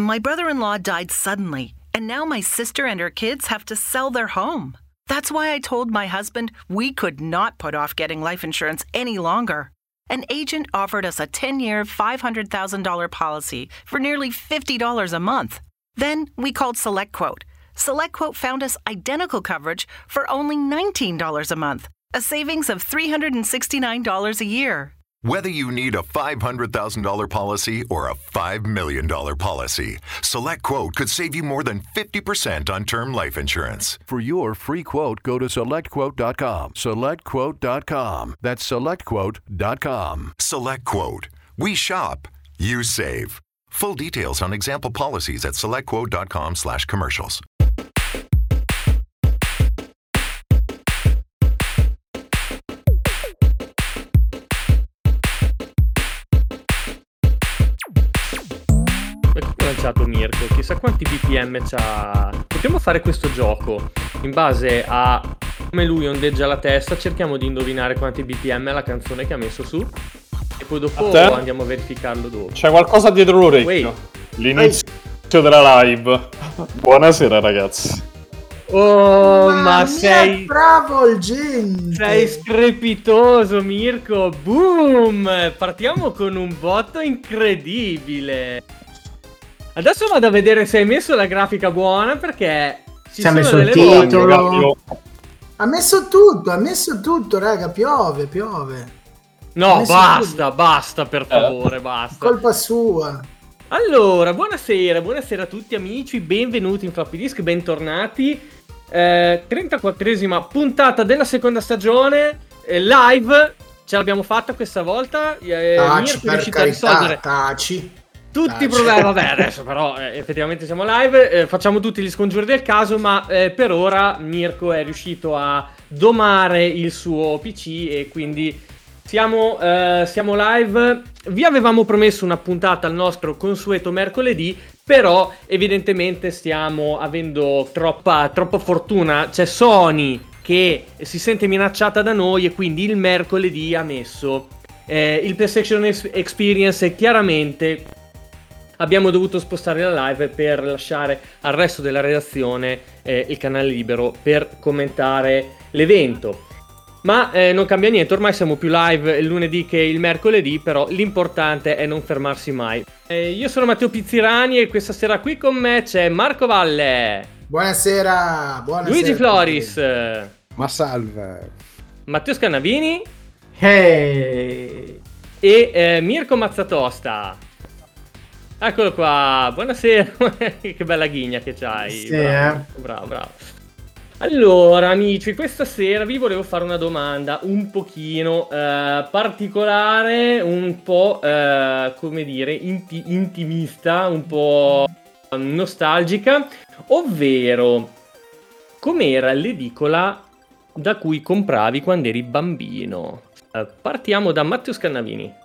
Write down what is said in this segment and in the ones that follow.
My brother-in-law died suddenly, and now my sister and her kids have to sell their home. That's why I told my husband we could not put off getting life insurance any longer. An agent offered us a 10-year, $500,000 policy for nearly $50 a month. Then we called SelectQuote. SelectQuote found us identical coverage for only $19 a month, a savings of $369 a year. Whether you need a $500,000 policy or a $5 million policy, SelectQuote could save you more than 50% on term life insurance. For your free quote, go to SelectQuote.com. SelectQuote.com. That's SelectQuote.com. SelectQuote. We shop. You save. Full details on example policies at SelectQuote.com/commercials. Lanciato Mirko, chissà quanti BPM c'ha. Potremmo fare questo gioco in base a come lui ondeggia la testa, cerchiamo di indovinare quanti BPM è la canzone che ha messo su e poi dopo andiamo a verificarlo dopo. C'è qualcosa dietro l'orecchio. L'inizio della live. Buonasera ragazzi. Oh, ma sei bravo il genio. Sei strepitoso Mirko. Boom! Partiamo con un botto incredibile. Adesso vado a vedere se hai messo la grafica buona, perché ci ha messo il titolo. Ha messo tutto, raga, piove. No, basta, per favore, basta. Colpa sua. Allora, buonasera a tutti amici, benvenuti in Floppy Disk, bentornati. 34esima puntata della seconda stagione, live, ce l'abbiamo fatta questa volta. Mirko è riuscito a risolvere tutti i problemi. Vabbè, adesso però effettivamente siamo live, facciamo tutti gli scongiuri del caso, ma per ora Mirko è riuscito a domare il suo PC e quindi siamo live. Vi avevamo promesso una puntata al nostro consueto mercoledì, però evidentemente stiamo avendo troppa fortuna. C'è Sony che si sente minacciata da noi e quindi il mercoledì ha messo il PlayStation Experience e chiaramente abbiamo dovuto spostare la live per lasciare al resto della redazione il canale libero per commentare l'evento. Ma non cambia niente, ormai siamo più live il lunedì che il mercoledì, però l'importante è non fermarsi mai. Io sono Matteo Pizzirani e questa sera qui con me c'è Marco Valle. Buonasera. Luigi Floris. Ma salve. Matteo Scannavini. Hey. E Mirko Mazzatosta. Eccolo qua, buonasera. Che bella ghigna che c'hai. Sì, bravo. Allora amici, questa sera vi volevo fare una domanda un pochino particolare, un po' come dire intimista, un po' nostalgica, ovvero com'era l'edicola da cui compravi quando eri bambino. Partiamo da Matteo Scannavini.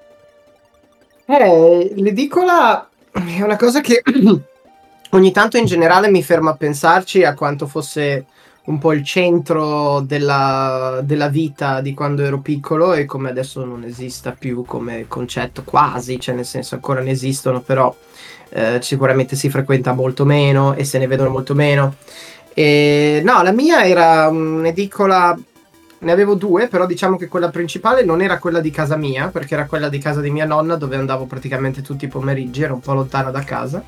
L'edicola è una cosa che ogni tanto in generale mi fermo a pensarci a quanto fosse un po' il centro della vita di quando ero piccolo e come adesso non esista più come concetto, quasi, cioè nel senso ancora ne esistono, però sicuramente si frequenta molto meno e se ne vedono molto meno. No, la mia era un'edicola, ne avevo due, però diciamo che quella principale non era quella di casa mia, perché era quella di casa di mia nonna, dove andavo praticamente tutti i pomeriggi, era un po' lontana da casa.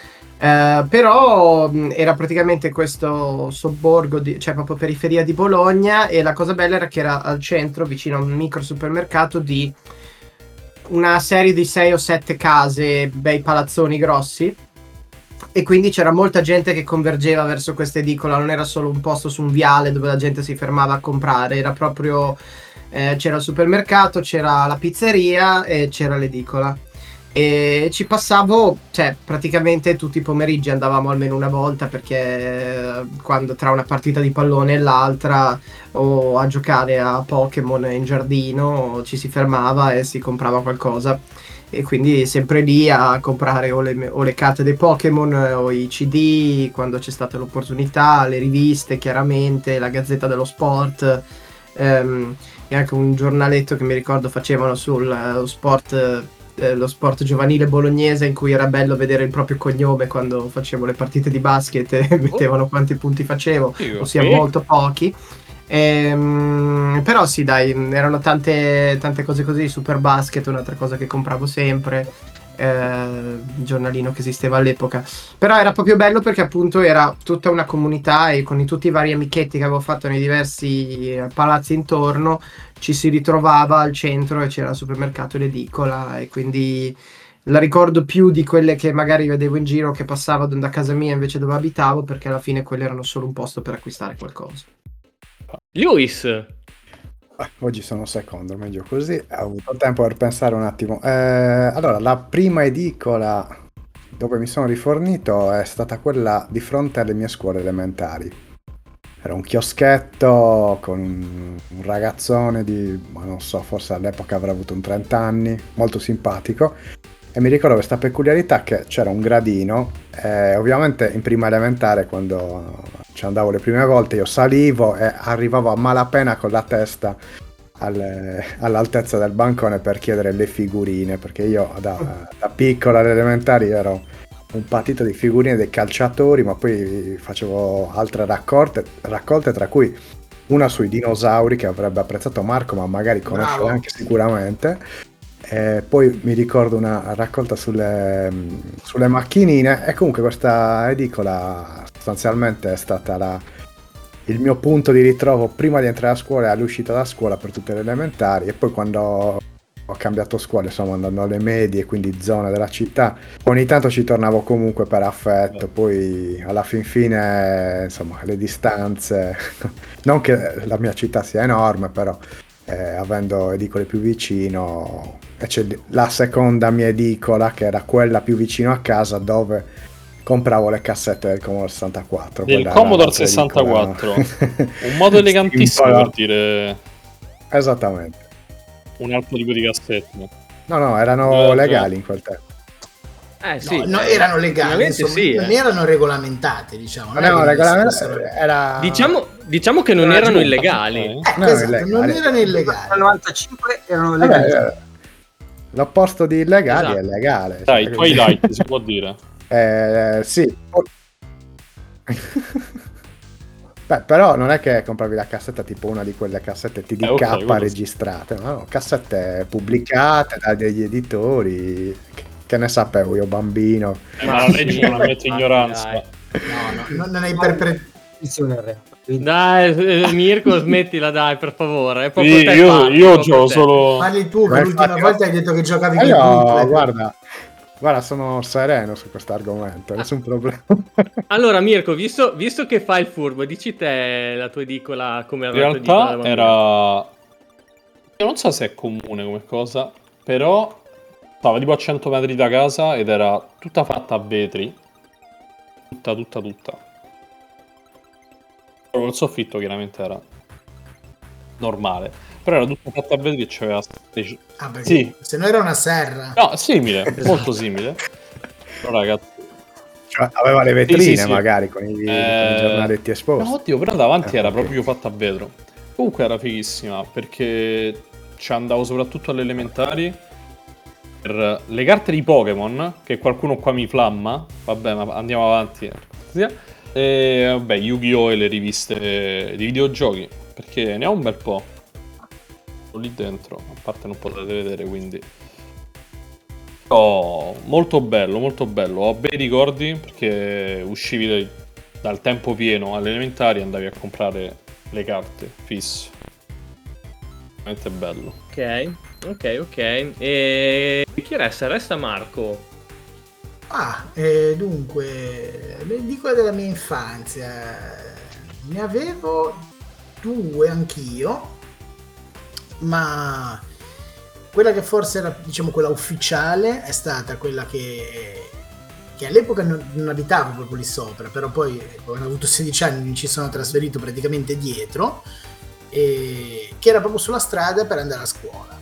Però era praticamente questo sobborgo, cioè proprio periferia di Bologna, e la cosa bella era che era al centro, vicino a un micro supermercato di una serie di 6 o 7 case, bei palazzoni grossi, e quindi c'era molta gente che convergeva verso questa edicola. Non era solo un posto su un viale dove la gente si fermava a comprare, era proprio c'era il supermercato, c'era la pizzeria e c'era l'edicola. E ci passavo, cioè praticamente tutti i pomeriggi andavamo almeno una volta, perché quando tra una partita di pallone e l'altra o a giocare a Pokémon in giardino ci si fermava e si comprava qualcosa, e quindi sempre lì a comprare o le carte dei Pokémon o i CD quando c'è stata l'opportunità, le riviste chiaramente, la Gazzetta dello Sport, e anche un giornaletto che mi ricordo facevano sul sport lo sport giovanile bolognese, in cui era bello vedere il proprio cognome quando facevo le partite di basket e mettevano quanti punti facevo, ossia molto pochi. Però sì, dai, erano tante cose così. Super Basket, un'altra cosa che compravo sempre, giornalino che esisteva all'epoca. Però era proprio bello perché appunto era tutta una comunità, e con tutti i vari amichetti che avevo fatto nei diversi palazzi intorno ci si ritrovava al centro e c'era il supermercato e l'edicola, e quindi la ricordo più di quelle che magari vedevo in giro che passavano da casa mia invece dove abitavo, perché alla fine quelle erano solo un posto per acquistare qualcosa. Lewis, Oggi sono secondo, meglio così. Ho avuto tempo per pensare un attimo. Allora, la prima edicola dove mi sono rifornito è stata quella di fronte alle mie scuole elementari. Era un chioschetto con un ragazzone di, ma non so, forse all'epoca avrà avuto un 30 anni, molto simpatico. E mi ricordo questa peculiarità che c'era un gradino, ovviamente in prima elementare, quando ci andavo le prime volte, io salivo e arrivavo a malapena con la testa all'altezza del bancone per chiedere le figurine, perché io da piccolo alle elementari ero un patito di figurine dei calciatori, ma poi facevo altre raccolte, tra cui una sui dinosauri che avrebbe apprezzato Marco, ma magari conosce anche sicuramente. Poi mi ricordo una raccolta sulle macchinine, e comunque questa edicola sostanzialmente è stata il mio punto di ritrovo prima di entrare a scuola e all'uscita da scuola per tutte le elementari. E poi quando ho cambiato scuola, insomma, andando alle medie, quindi zona della città, ogni tanto ci tornavo comunque per affetto. Poi alla fin fine, insomma, le distanze, non che la mia città sia enorme, però avendo edicole più vicino, e c'è la seconda mia edicola che era quella più vicino a casa, dove compravo le cassette del Commodore 64. Del Commodore 64 un modo elegantissimo per dire esattamente un altro tipo di cassette. No, erano legali in quel tempo. Sì, no, erano legali, insomma, sì, non erano regolamentate, diciamo. Non erano regolamentate, era... Diciamo che non erano illegali. Esatto, non erano illegali. Nel 95 erano legali. L'opposto di illegali esatto. è legale. Dai, Twilight si può dire. Sì. Beh, però non è che compravi la cassetta tipo una di quelle cassette TDK okay, registrate, no, cassette pubblicate da degli editori. Che ne sapevo io, bambino. Ma la legge non ammette ignoranza. No, non hai per Dai, Mirko, smettila, dai, per favore. È Io gioco solo. Parli tu, che l'ultima volta hai detto che giocavi con io, guarda, sono sereno su questo argomento, nessun problema. Allora, Mirko, visto che fai il furbo, dici te la tua edicola come era. In realtà era... Io non so se è comune come cosa, però stava tipo a 100 metri da casa ed era tutta fatta a vetri. Tutta. Il soffitto chiaramente era normale, però era tutto fatto a vetri e c'aveva... sì. Se no era una serra. No, simile, molto simile. Però ragazzi... Cioè, aveva le vetrine sì. magari con i giornaletti esposti. No, oddio, però davanti era proprio fatta a vetro. Comunque era fighissima, perché ci andavo soprattutto alle elementari per le carte di Pokémon, che qualcuno qua mi flamma. Vabbè, ma andiamo avanti. E vabbè, Yu-Gi-Oh! E le riviste di videogiochi, perché ne ho un bel po' lì dentro, a parte non potete vedere, quindi molto bello, ho bei ricordi, perché uscivi dal tempo pieno alle elementari e andavi a comprare le carte fisse. Veramente bello. Ok. E chi resta? Resta Marco. Dunque, le edicole della mia infanzia, ne avevo 2 anch'io, ma quella che forse era, diciamo, quella ufficiale è stata quella che all'epoca non abitavo proprio lì sopra, però poi quando ho avuto 16 anni mi ci sono trasferito praticamente dietro, e che era proprio sulla strada per andare a scuola.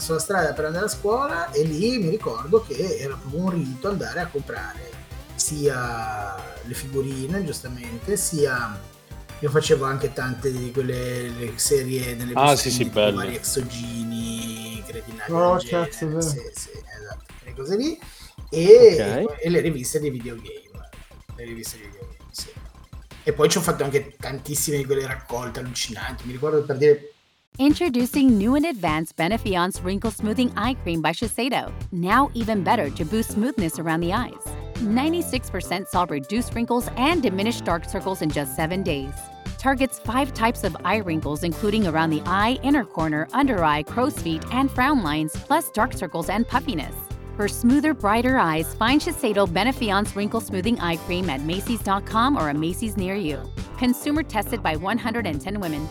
E lì mi ricordo che era proprio un rito andare a comprare sia le figurine, giustamente, sia io facevo anche tante di quelle le serie nelle sì, vari Exogini, Cretinari, sì, esatto. cose lì, e, Ok. e le riviste di videogame. Sì. E poi ci ho fatto anche tantissime di quelle raccolte allucinanti. Mi ricordo, per dire, Introducing new and advanced Benefiance Wrinkle Smoothing Eye Cream by Shiseido. Now even better to boost smoothness around the eyes. 96% saw reduced wrinkles and diminished dark circles in just 7 days. Targets 5 types of eye wrinkles, including around the eye, inner corner, under eye, crow's feet, and frown lines, plus dark circles and puffiness. For smoother, brighter eyes, find Shiseido Benefiance Wrinkle Smoothing Eye Cream at Macy's.com or a Macy's near you. Consumer tested by 110 women.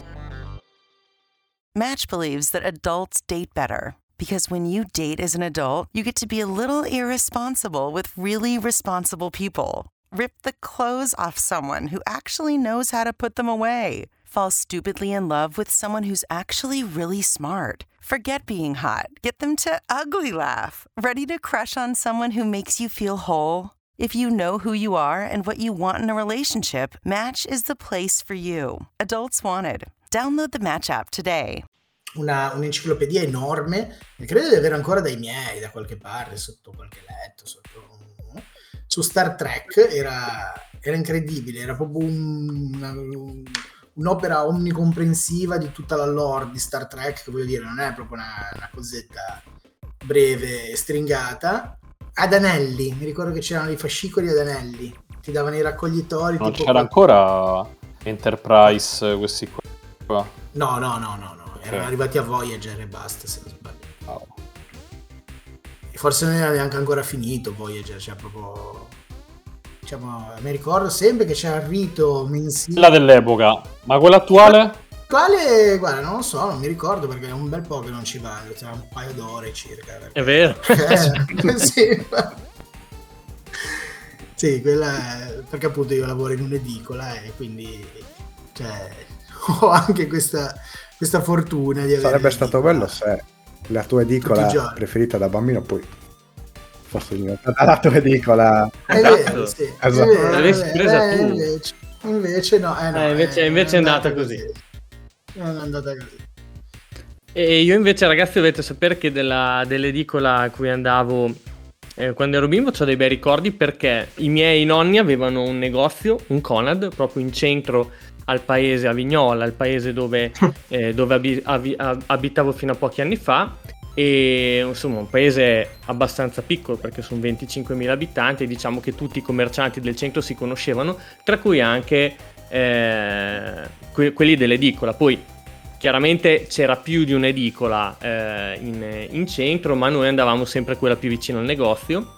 Match believes that adults date better because when you date as an adult, you get to be a little irresponsible with really responsible people. Rip the clothes off someone who actually knows how to put them away. Fall stupidly in love with someone who's actually really smart. Forget being hot. Get them to ugly laugh. Ready to crush on someone who makes you feel whole? If you know who you are and what you want in a relationship, Match is the place for you. Adults wanted. Download the Match app today. Un'enciclopedia enorme, e credo di avere ancora dai miei, da qualche parte, sotto qualche letto, su Star Trek. Era incredibile, era proprio un'opera omnicomprensiva di tutta la lore di Star Trek, che voglio dire, non è proprio una cosetta breve e stringata. Ad anelli, mi ricordo che c'erano i fascicoli ad anelli, ti davano i raccoglitori. Non tipo c'era ancora Enterprise, questi qua? No, erano arrivati a Voyager e basta, se non sbaglio. Oh. E forse non era neanche ancora finito Voyager, cioè proprio, diciamo, mi ricordo sempre che c'era il rito mensile. Quella dell'epoca, ma quella attuale? Quale, guarda, non lo so, non mi ricordo, perché è un bel po' che non ci vado, c'era un paio d'ore circa. È vero. Sì. Sì, quella è, perché appunto io lavoro in un'edicola e quindi, cioè, ho anche questa fortuna di avere. Sarebbe stato bello se la tua edicola Tutti i giorni. preferita da bambino poi fosse diventata la tua edicola. È vero, sì. Esatto. È vero, L'avessi presa tu. Invece no, invece è andata così. È andata così. E io invece, ragazzi, dovete sapere che dell'edicola a cui andavo quando ero bimbo ho dei bei ricordi, perché i miei nonni avevano un negozio, un Conad, proprio in centro al paese, a Vignola, il paese dove abitavo fino a pochi anni fa, e insomma un paese abbastanza piccolo perché sono 25.000 abitanti, e diciamo che tutti i commercianti del centro si conoscevano, tra cui anche quelli dell'edicola. Poi chiaramente c'era più di un'edicola in centro, ma noi andavamo sempre quella più vicino al negozio.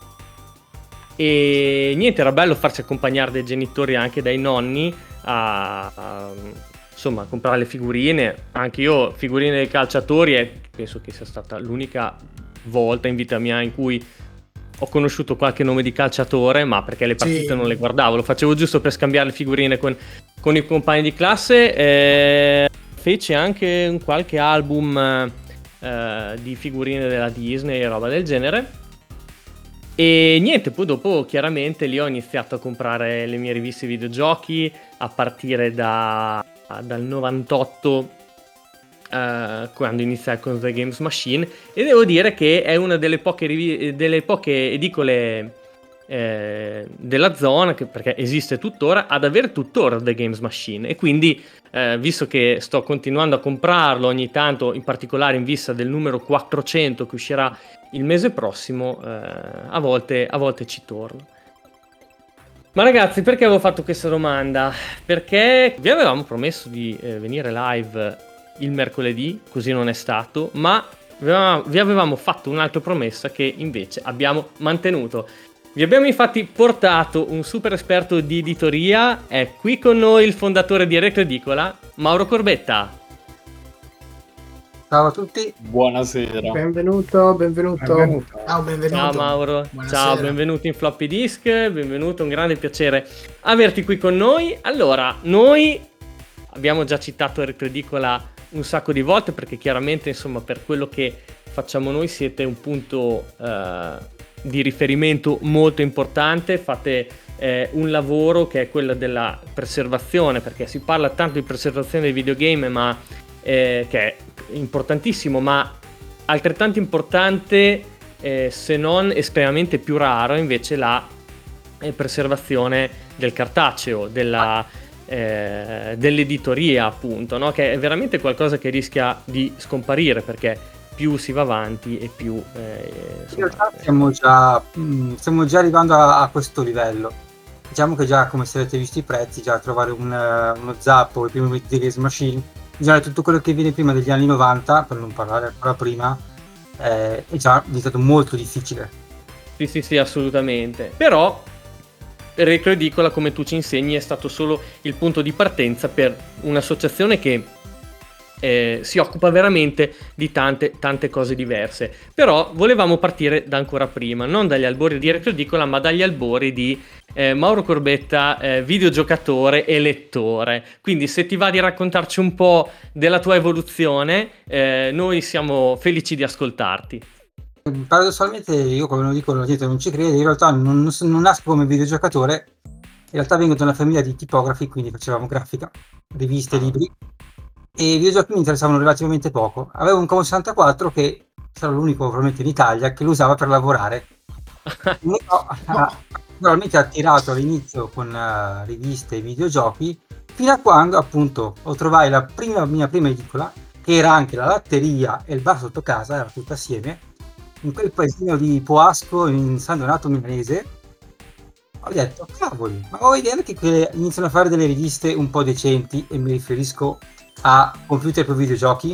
E niente, era bello farsi accompagnare dai genitori, anche dai nonni, insomma, a comprare le figurine. Anche io figurine dei calciatori, e penso che sia stata l'unica volta in vita mia in cui ho conosciuto qualche nome di calciatore, ma perché le partite non le guardavo, lo facevo giusto per scambiare le figurine con i compagni di classe. Fece anche un qualche album di figurine della Disney e roba del genere. E niente, poi dopo chiaramente lì ho iniziato a comprare le mie riviste videogiochi a partire dal 98, quando iniziai con The Games Machine, e devo dire che è una delle poche edicole della zona, perché esiste tuttora, ad avere tuttora The Games Machine, e quindi visto che sto continuando a comprarlo ogni tanto, in particolare in vista del numero 400 che uscirà il mese prossimo, a volte ci torno. Ma ragazzi, perché avevo fatto questa domanda? Perché vi avevamo promesso di venire live il mercoledì, così non è stato, ma vi avevamo fatto un'altra promessa che invece abbiamo mantenuto. Vi abbiamo infatti portato un super esperto di editoria, è qui con noi il fondatore di Retro Edicola, Mauro Corbetta. Ciao a tutti. Buonasera. Benvenuto. Ciao, benvenuto. Ciao Mauro. Buonasera. Ciao, benvenuto in Floppy Disk, benvenuto, un grande piacere averti qui con noi. Allora, noi abbiamo già citato Retro Edicola un sacco di volte, perché chiaramente, insomma, per quello che facciamo noi siete un punto di riferimento molto importante. Fate un lavoro che è quello della preservazione, perché si parla tanto di preservazione dei videogame, ma che è importantissimo, ma altrettanto importante se non estremamente più raro, invece la preservazione del cartaceo, dell'editoria, appunto, no? Che è veramente qualcosa che rischia di scomparire, perché più si va avanti e più in realtà stiamo già arrivando a questo livello. Diciamo che già, come se avete visto i prezzi, già trovare uno Zappo, il primo di Games Machine, in generale tutto quello che viene prima degli anni 90, per non parlare ancora prima, è già diventato molto difficile. Sì, assolutamente. Però Retro Edicola, come tu ci insegni, è stato solo il punto di partenza per un'associazione che si occupa veramente di tante cose diverse. Però volevamo partire da ancora prima, non dagli albori di Retro Edicola, ma dagli albori di Mauro Corbetta, videogiocatore e lettore. Quindi, se ti va di raccontarci un po' della tua evoluzione, noi siamo felici di ascoltarti. Paradossalmente, io, come lo dico, la gente non ci crede, in realtà non nasco come videogiocatore, in realtà vengo da una famiglia di tipografi, quindi facevamo grafica, riviste, libri, e i videogiochi mi interessavano relativamente poco. Avevo un Commodore 64 che sarà l'unico probabilmente in Italia che lo usava per lavorare. Naturalmente attirato all'inizio con riviste e videogiochi, fino a quando appunto trovai la mia prima edicola, che era anche la latteria e il bar sotto casa, era tutto assieme, in quel paesino di Poasco in San Donato Milanese. Ho detto, cavoli, ma ho idea che iniziano a fare delle riviste un po' decenti, e mi riferisco a computer per videogiochi.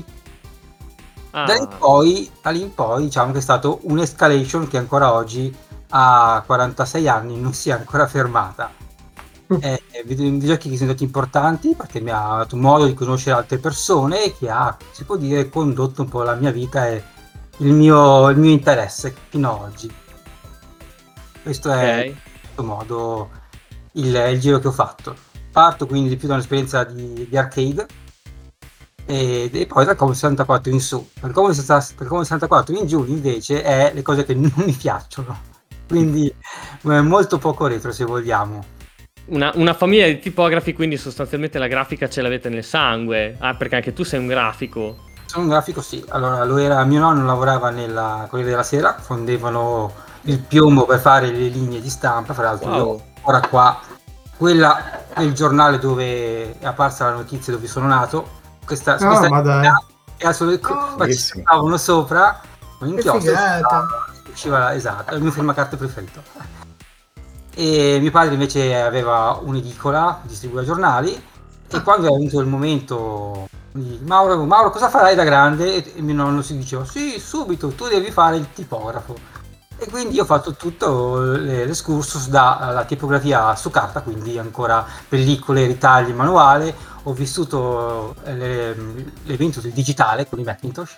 Da lì in poi diciamo che è stato un'escalation che ancora oggi, a 46 anni, non si è ancora fermata. Videogiochi che sono stati importanti perché mi ha dato modo di conoscere altre persone e che ha, si può dire, condotto un po' la mia vita e il mio interesse fino ad oggi. Questo è in questo modo il giro che ho fatto. Parto quindi di più da un'esperienza di arcade e poi dal Commodore 64 in su. Per Commodore 64 in giù invece è le cose che non mi piacciono, quindi molto poco retro, se vogliamo. Una famiglia di tipografi, quindi sostanzialmente la grafica ce l'avete nel sangue. Perché anche tu sei un grafico. Sono un grafico, sì. Allora, mio nonno lavorava nella Corriere della Sera, fondevano il piombo per fare le linee di stampa. Fra l'altro, io ora qua, quella è il giornale dove è apparsa la notizia dove sono nato. Questa è ci stavano sopra un inchiostro, usciva, esatto, è il mio firmacarte preferito. E mio padre invece aveva un'edicola, distribuiva giornali, e quando è venuto il momento di Mauro, cosa farai da grande? E mio nonno si diceva, sì, subito, tu devi fare il tipografo. E quindi io ho fatto tutto l'escursus dalla tipografia su carta, quindi ancora pellicole, ritagli, manuale. Ho vissuto l'evento del digitale con i Macintosh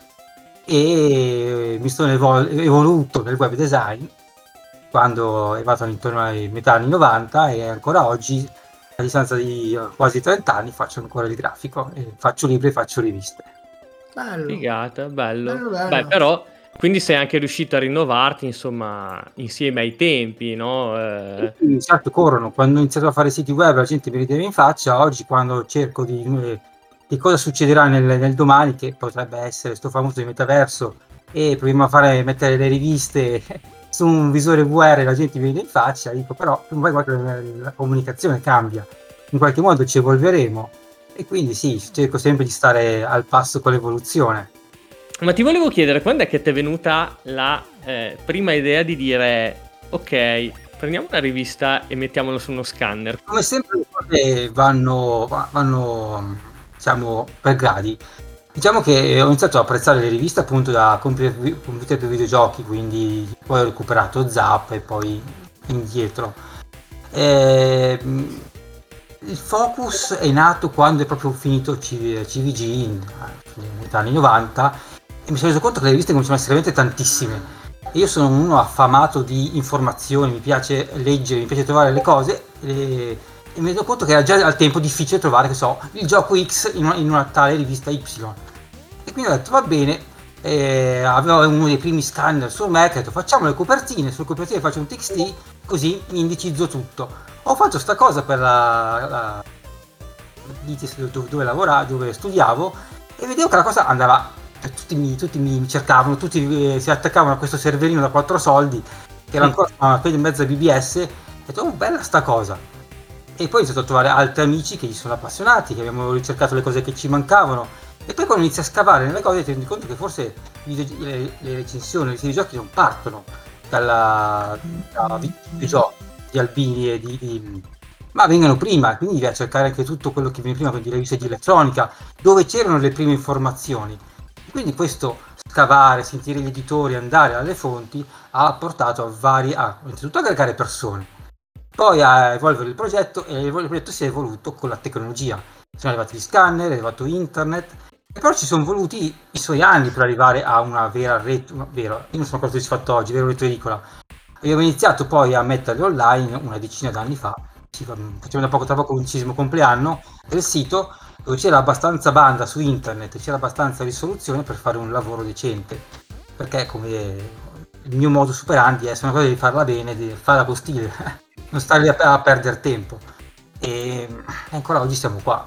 e mi sono evoluto nel web design quando è arrivato intorno ai metà anni 90, e ancora oggi, a distanza di quasi 30 anni, faccio ancora il grafico, e faccio libri e faccio riviste. Bello. Figata, bello. Beh, però quindi sei anche riuscito a rinnovarti, insomma, insieme ai tempi, no? Certo, corrono. Quando ho iniziato a fare siti web la gente mi rideva in faccia. Oggi, quando cerco di cosa succederà nel domani, che potrebbe essere sto famoso di metaverso, e proviamo a mettere le riviste su un visore VR, la gente mi ride in faccia, dico, però la comunicazione cambia, in qualche modo ci evolveremo, e quindi sì, cerco sempre di stare al passo con l'evoluzione. Ma ti volevo chiedere, quando è che ti è venuta la prima idea di dire, ok, prendiamo una rivista e mettiamolo su uno scanner? Come sempre le cose vanno diciamo per gradi. Diciamo che ho iniziato ad apprezzare le riviste appunto da computer per videogiochi, quindi poi ho recuperato Zap e poi indietro. Il focus è nato quando è proprio finito CVG negli anni 90, e mi sono reso conto che le riviste cominciano ad essere veramente tantissime. Io sono uno affamato di informazioni, mi piace leggere, mi piace trovare le cose, e mi rendo conto che era già al tempo difficile trovare, che so, il gioco X in una tale rivista Y. E quindi ho detto, va bene, avevo uno dei primi scanner sul Mac, ho detto, facciamo le copertine, sulle copertine faccio un TXT, così mi indicizzo tutto. Ho fatto sta cosa per la dove lavoravo, dove studiavo, e vedevo che la cosa andava tutti mi cercavano, tutti si attaccavano a questo serverino da 4 soldi, che era ancora una specie di mezza BBS, e ho detto, oh, bella sta cosa. E poi ho iniziato a trovare altri amici che gli sono appassionati, che abbiamo ricercato le cose che ci mancavano, e poi quando inizi a scavare nelle cose ti rendi conto che forse le recensioni, i videogiochi non partono da videogiochi di Albini e ma vengono prima, quindi devi cercare anche tutto quello che viene prima, quindi le riviste di elettronica, dove c'erano le prime informazioni. Quindi questo scavare, sentire gli editori, andare alle fonti ha portato innanzitutto a aggregare persone, poi a evolvere il progetto, e il progetto si è evoluto con la tecnologia. Sono arrivati gli scanner, è arrivato internet, e però ci sono voluti i suoi anni per arrivare a una vera rete, io non sono ancora soddisfatto oggi, vero rete edicola. Abbiamo iniziato poi a metterli online una decina d'anni fa, facciamo tra poco l'11° compleanno del sito, dove c'era abbastanza banda su internet, c'era abbastanza risoluzione per fare un lavoro decente, perché come il mio modus operandi è, se una cosa devi farla bene, devi farla con stile, non stare lì a perdere tempo, e ancora oggi siamo qua.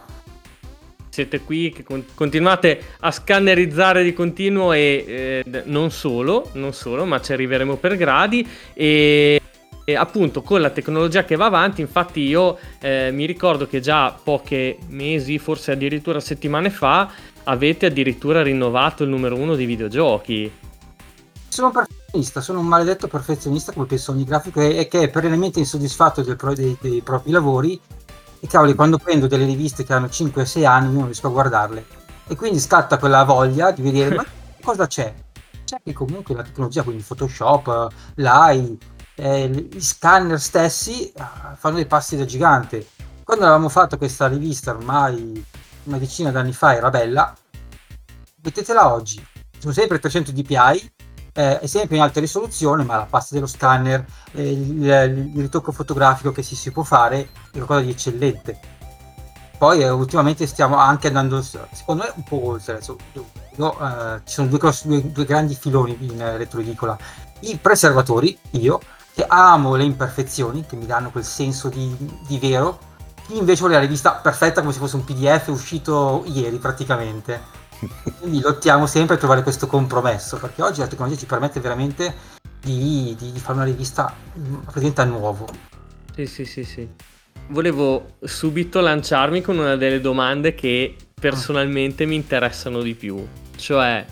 Siete qui che continuate a scannerizzare di continuo, e non solo, ma ci arriveremo per gradi, e appunto con la tecnologia che va avanti. Infatti io mi ricordo che già pochi mesi, forse addirittura settimane fa, avete addirittura rinnovato il numero 1 di videogiochi. Sono un perfezionista, sono un maledetto perfezionista, come penso ogni grafico, e che è perennemente insoddisfatto dei propri lavori. E cavoli, quando prendo delle riviste che hanno 5-6 anni io non riesco a guardarle, e quindi scatta quella voglia di vedere ma cosa c'è che comunque la tecnologia, quindi Photoshop, l'AI, gli scanner stessi fanno dei passi da gigante. Quando avevamo fatto questa rivista ormai una decina d'anni fa era bella, mettetela oggi, sono sempre 300 dpi, è sempre in alta risoluzione, ma la pasta dello scanner, il ritocco fotografico che si può fare è qualcosa di eccellente. Poi ultimamente stiamo anche andando, secondo me, un po' oltre. Ci sono due grandi filoni in elettroedicola: i preservatori, io che amo le imperfezioni, che mi danno quel senso di vero, chi invece vuole la rivista perfetta come se fosse un PDF uscito ieri praticamente. Quindi lottiamo sempre a trovare questo compromesso, perché oggi la tecnologia ci permette veramente di fare una rivista praticamente a nuovo. Sì. Volevo subito lanciarmi con una delle domande che personalmente mi interessano di più, cioè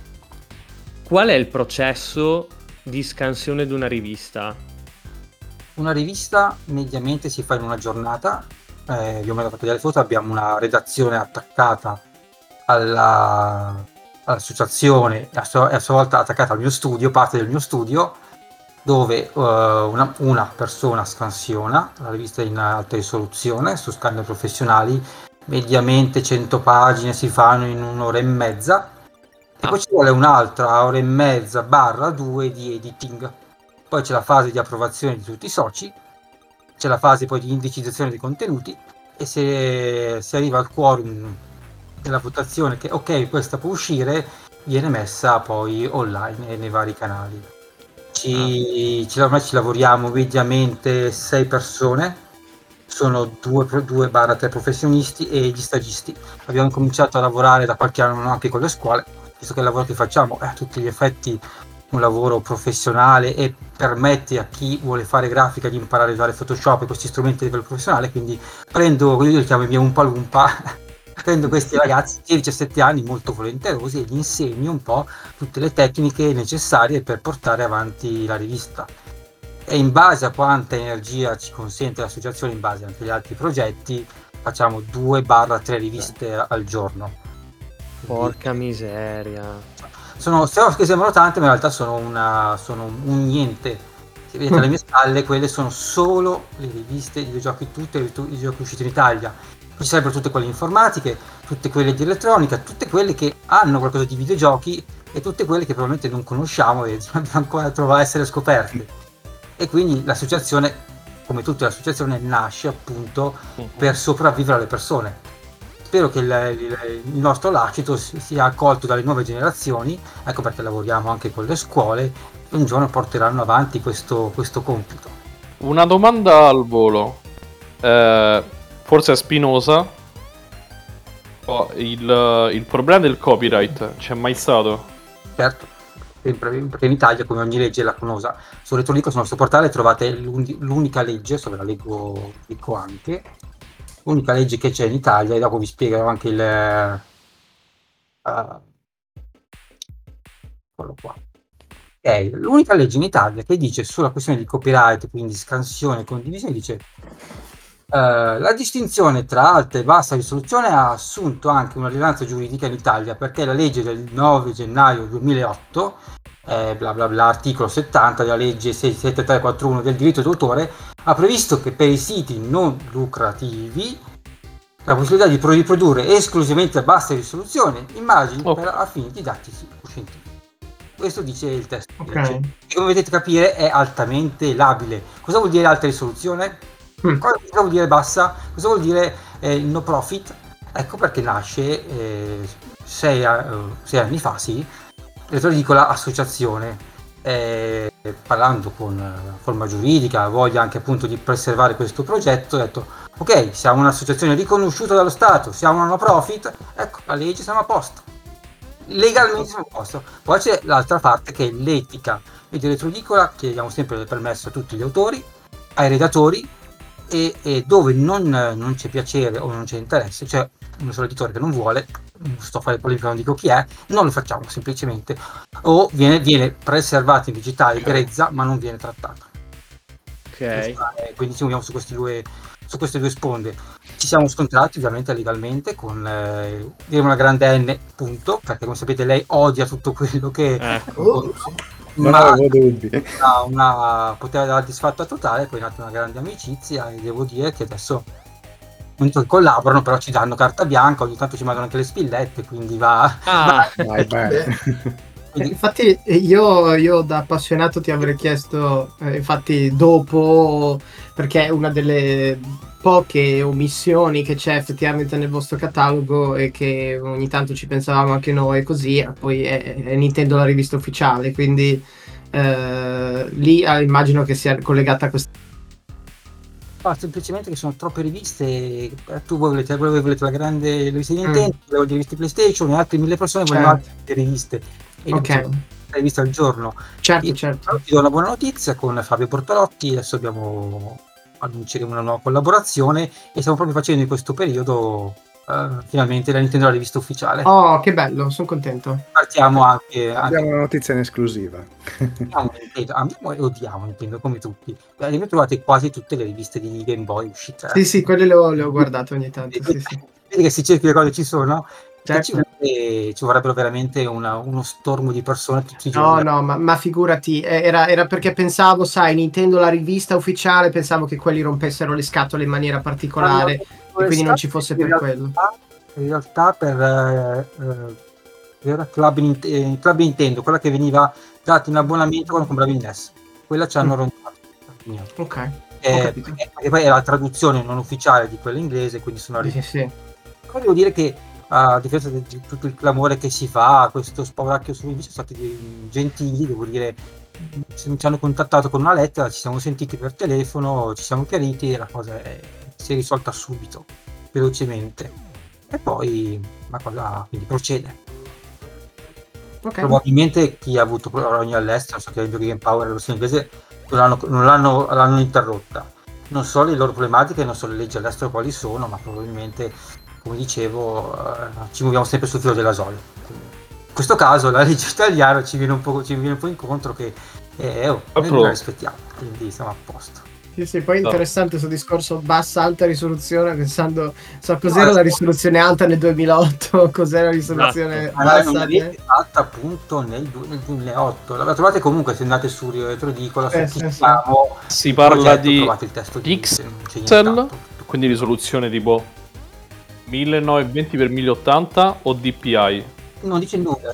qual è il processo di scansione di una rivista? Una rivista mediamente si fa in una giornata. Io me l'ho fatto vedere le foto, abbiamo una redazione attaccata all'associazione, e a sua volta attaccata al mio studio, parte del mio studio, dove una persona scansiona la rivista in alta risoluzione su scanner professionali, mediamente 100 pagine si fanno in 1 ora e mezza, e poi ci vuole un'altra 1 ora e mezza / 2 di editing. Poi c'è la fase di approvazione di tutti i soci, c'è la fase poi di indicizzazione dei contenuti, e se si arriva al quorum della votazione che ok, questa può uscire, viene messa poi online nei vari canali. Ormai ci lavoriamo mediamente 6 persone, sono 2/3 professionisti e gli stagisti. Abbiamo cominciato a lavorare da qualche anno anche con le scuole, visto che il lavoro che facciamo è a tutti gli effetti un lavoro professionale e permette a chi vuole fare grafica di imparare a usare Photoshop e questi strumenti a livello professionale. Quindi io li chiamo i miei Umpa Lumpa, prendo questi ragazzi di 17 anni molto volenterosi e gli insegno un po' tutte le tecniche necessarie per portare avanti la rivista, e in base a quanta energia ci consente l'associazione, in base anche agli altri progetti, facciamo 2/3 riviste al giorno. Porca miseria, Stiamo che sembrano tante, ma in realtà sono un niente. Se vedete alle mie spalle, quelle sono solo le riviste di videogiochi, tutte i videogiochi usciti in Italia. Poi ci sarebbero tutte quelle informatiche, tutte quelle di elettronica, tutte quelle che hanno qualcosa di videogiochi, e tutte quelle che probabilmente non conosciamo e dobbiamo ancora trovare a essere scoperte. E quindi l'associazione, come tutte le associazioni, nasce appunto per sopravvivere alle persone. Spero che il nostro lascito sia accolto dalle nuove generazioni, ecco perché lavoriamo anche con le scuole, e un giorno porteranno avanti questo compito. Una domanda al volo, forse è spinosa, Il problema del copyright c'è mai stato? Certo, sempre perché in Italia, come ogni legge lacunosa, su Retrolico, sul nostro portale trovate l'unica legge, se ve la dico anche, l'unica legge che c'è in Italia, e dopo vi spiegherò anche quello qua. È l'unica legge in Italia che dice sulla questione di copyright, quindi scansione e condivisione, dice la distinzione tra alta e bassa risoluzione ha assunto anche una rilevanza giuridica in Italia, perché la legge del 9 gennaio 2008, bla bla bla, articolo 70 della legge 67341 del diritto d'autore, ha previsto che per i siti non lucrativi la possibilità di riprodurre esclusivamente a bassa risoluzione immagini a fini didattici o scientifici. Questo dice il testo. Okay. E come potete capire è altamente labile. Cosa vuol dire alta risoluzione? Cosa vuol dire bassa? Cosa vuol dire no profit? Ecco perché nasce 6 anni fa, sì, Retrodicola associazione, parlando con forma giuridica, voglia anche appunto di preservare questo progetto, ho detto ok, siamo un'associazione riconosciuta dallo Stato, siamo una no profit, ecco, la legge siamo a posto. Legalmente siamo a posto. Poi c'è l'altra parte che è l'etica, e di Retrodicola chiediamo sempre il permesso a tutti gli autori, ai redattori, e dove non c'è piacere o non c'è interesse, cioè un solo editore che non vuole, non sto a fare polemica, non dico chi è, non lo facciamo semplicemente, o viene preservato in digitale grezza ma non viene trattato. Quindi ci muoviamo su queste due sponde. Ci siamo scontrati ovviamente legalmente con una grande N, punto, perché come sapete lei odia tutto quello che non avevo dubbi. Poteva dare disfatta totale, poi è nata una grande amicizia e devo dire che adesso collaborano, però ci danno carta bianca, ogni tanto ci mandano anche le spillette, quindi va. Vai bene. Infatti io da appassionato ti avrei chiesto, infatti dopo, perché è una delle poche omissioni che c'è effettivamente nel vostro catalogo e che ogni tanto ci pensavamo anche noi così, poi è Nintendo la rivista ufficiale, quindi lì immagino che sia collegata a questa. Semplicemente che sono troppe riviste, tu volete la grande rivista di Nintendo, le riviste PlayStation e altre 1000 persone vogliono altre riviste. Ok. Rivista al giorno. Certo. Ti do una buona notizia con Fabio Portolotti, adesso annunceremo una nuova collaborazione e stiamo proprio facendo in questo periodo finalmente la Nintendo la rivista ufficiale. Oh, che bello, sono contento. Partiamo anche abbiamo una notizia in esclusiva. Amiamo e odiamo Nintendo come tutti. Ne trovate quasi tutte le riviste di Game Boy uscite. Sì, quelle le ho guardate ogni tanto. Sì. Vedi che se cerchi le cose ci sono. Certo. Ci vorrebbero veramente uno stormo di persone tutti i giorni. No, ma figurati, era perché pensavo, sai, Nintendo la rivista ufficiale, pensavo che quelli rompessero le scatole in maniera particolare e quindi non ci fosse per quello. In realtà per Club Nintendo, quella che veniva data in abbonamento quando compravi il NES, quella ci hanno rondato. Ok. E poi è la traduzione non ufficiale di quella inglese, quindi sono sì. Poi devo dire che a differenza di tutto il clamore che si fa, questo spauracchio su invece sono stati gentili, devo dire, ci hanno contattato con una lettera, ci siamo sentiti per telefono, ci siamo chiariti e la cosa si è risolta subito, velocemente, e poi la cosa quindi procede. Probabilmente chi ha avuto problemi all'estero, so che il Game Power la versione inglese non l'hanno interrotta, non so le loro problematiche, non so le leggi all'estero quali sono, ma probabilmente, come dicevo, ci muoviamo sempre sul filo della soglia. In questo caso la legge italiana ci viene un po' incontro che noi la rispettiamo, quindi siamo a posto. Sì, poi è interessante questo discorso bassa-alta risoluzione, pensando cos'era la risoluzione alta nel 2008, cos'era la risoluzione bassa alta appunto nel 2008. La trovate comunque se andate su Retrodicola, si parla di pixel, quindi risoluzione tipo 1920x1080 o DPI? Non dice nulla.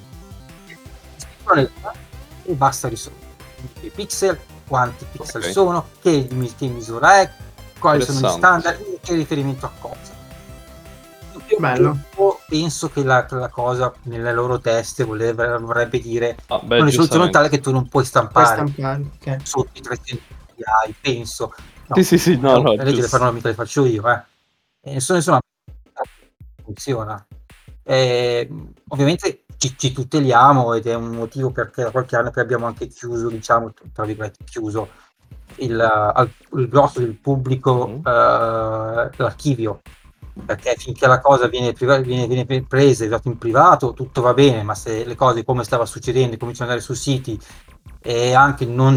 E basta risoluzione. I pixel, quanti pixel sono, che misura è, quali sono gli standard, che riferimento a cosa. Bello. Penso che la cosa nelle loro teste vorrebbe dire una risoluzione tale che tu non puoi stampare sotto i 300 dpi, penso. No, sì, no, le leggi le farò mica le faccio io, e nessuno funziona. Ovviamente ci tuteliamo ed è un motivo perché da qualche anno che abbiamo anche chiuso, diciamo, tra virgolette, chiuso il grosso del pubblico l'archivio, perché finché la cosa viene presa e usata in privato tutto va bene, ma se le cose come stava succedendo cominciano ad andare su siti e anche non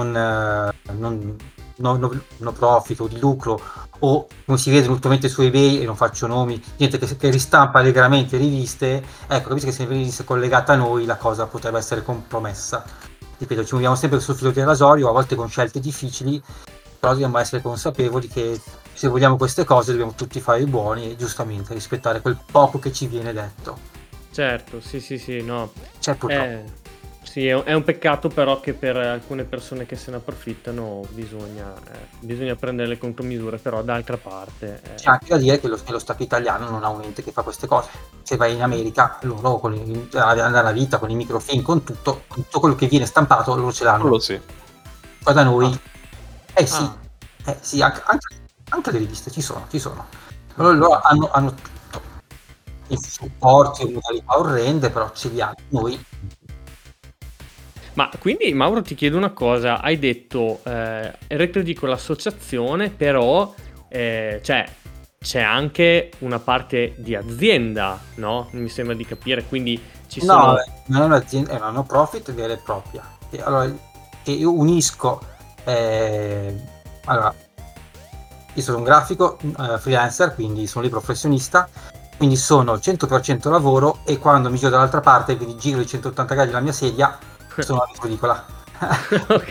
profit o di lucro, o come si vede ultimamente su eBay, e non faccio nomi, gente che ristampa allegramente riviste, ecco, capisci che se venisse collegata a noi la cosa potrebbe essere compromessa. Ripeto, ci muoviamo sempre sul filo del rasoio, a volte con scelte difficili, però dobbiamo essere consapevoli che se vogliamo queste cose dobbiamo tutti fare i buoni e giustamente rispettare quel poco che ci viene detto. Certo, sì, no. C'è purtroppo. Sì, è un peccato però che per alcune persone che se ne approfittano bisogna prendere le contromisure, però d'altra parte... C'è anche da dire che lo Stato italiano non ha un ente che fa queste cose. Se vai in America, loro alla vita, con i microfilm, con tutto quello che viene stampato, loro ce l'hanno. Quello sì. Poi da noi... sì, anche le riviste ci sono. Loro hanno tutto. I supporti e modalità orrende, però ce li hanno noi. Ma quindi Mauro ti chiedo una cosa, hai detto Elettroedicola l'associazione, però c'è anche una parte di azienda, no? Mi sembra di capire, quindi ci sono... No, non è un'azienda, è una no profit vera e propria. Allora, che io unisco... allora, io sono un grafico freelancer, quindi sono libero professionista, quindi sono 100% lavoro, e quando mi giro dall'altra parte, quindi giro di 180 gradi la mia sedia, sono Elettroedicola. Ok.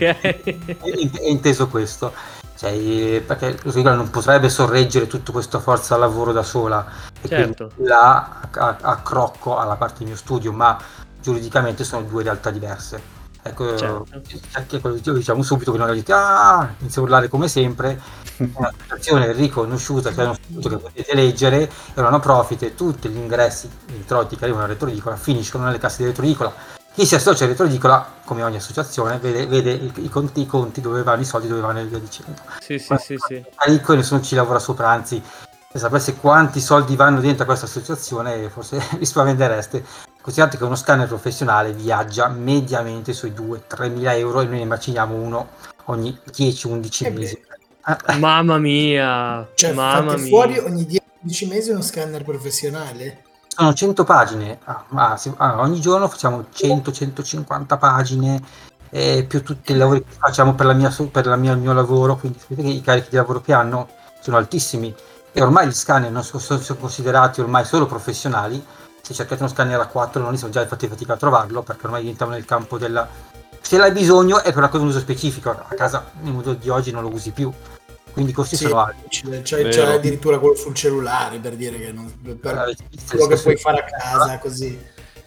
È inteso questo, cioè, perché Elettroedicola non potrebbe sorreggere tutta questa forza lavoro da sola, e certo. quindi là accrocco alla parte del mio studio, ma giuridicamente sono due realtà diverse. Ecco, certo. Diciamo subito che non dite inizio a urlare come sempre. Un'associazione riconosciuta, che è uno studio che potete leggere, è una no profit, e tutti gli ingressi, gli introiti che arrivano a Elettroedicola finiscono nelle casse di Elettroedicola. Chi si associa a Elettroedicola, come ogni associazione, vede i conti dove vanno i soldi, dove vanno, e via dicendo. Sì. Ricco e nessuno ci lavora sopra, anzi, se sapesse quanti soldi vanno dentro questa associazione, forse vi spaventereste. Considerate che uno scanner professionale viaggia mediamente sui 2-3 mila euro, e noi ne immaginiamo uno ogni 10-11 mesi. Mamma mia! Cioè, fate fuori ogni 10 mesi uno scanner professionale? Sono 100 pagine, ogni giorno facciamo 100-150 pagine, più tutti i lavori che facciamo per il mio lavoro, quindi sapete che i carichi di lavoro che hanno sono altissimi, e ormai gli scanner non sono considerati ormai solo professionali. Se cercate uno scanner a 4 non sono già fatti fatica a trovarlo, perché ormai diventiamo nel campo della... Se l'hai bisogno è per una cosa di uso specifico, a casa nel mondo di oggi non lo usi più. Quindi i costi sono alti. C'è addirittura quello sul cellulare, per dire che quello che puoi fare a casa, così.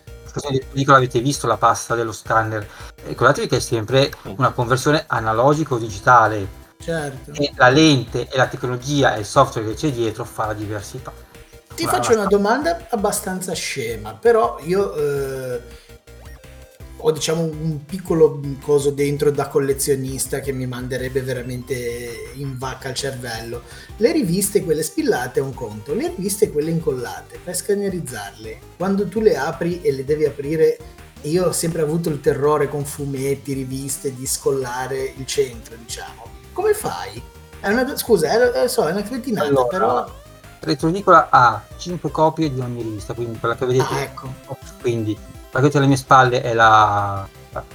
Avete visto la pasta dello scanner? Ricordatevi che è sempre una conversione analogico-digitale. Certo. E la lente e la tecnologia e il software che c'è dietro fa la diversità. Ti faccio una domanda abbastanza scema, però io ho, diciamo, un piccolo coso dentro da collezionista che mi manderebbe veramente in vacca al cervello. Le riviste, quelle spillate, è un conto. Le riviste, quelle incollate, per scannerizzarle, quando tu le apri e le devi aprire, io ho sempre avuto il terrore con fumetti, riviste, di scollare il centro, diciamo. Come fai? È una cretinata, allora, però... Elettroedicola ha 5 copie di ogni rivista, quindi quella che vedete, ecco. Quindi la che avete alle mie spalle è la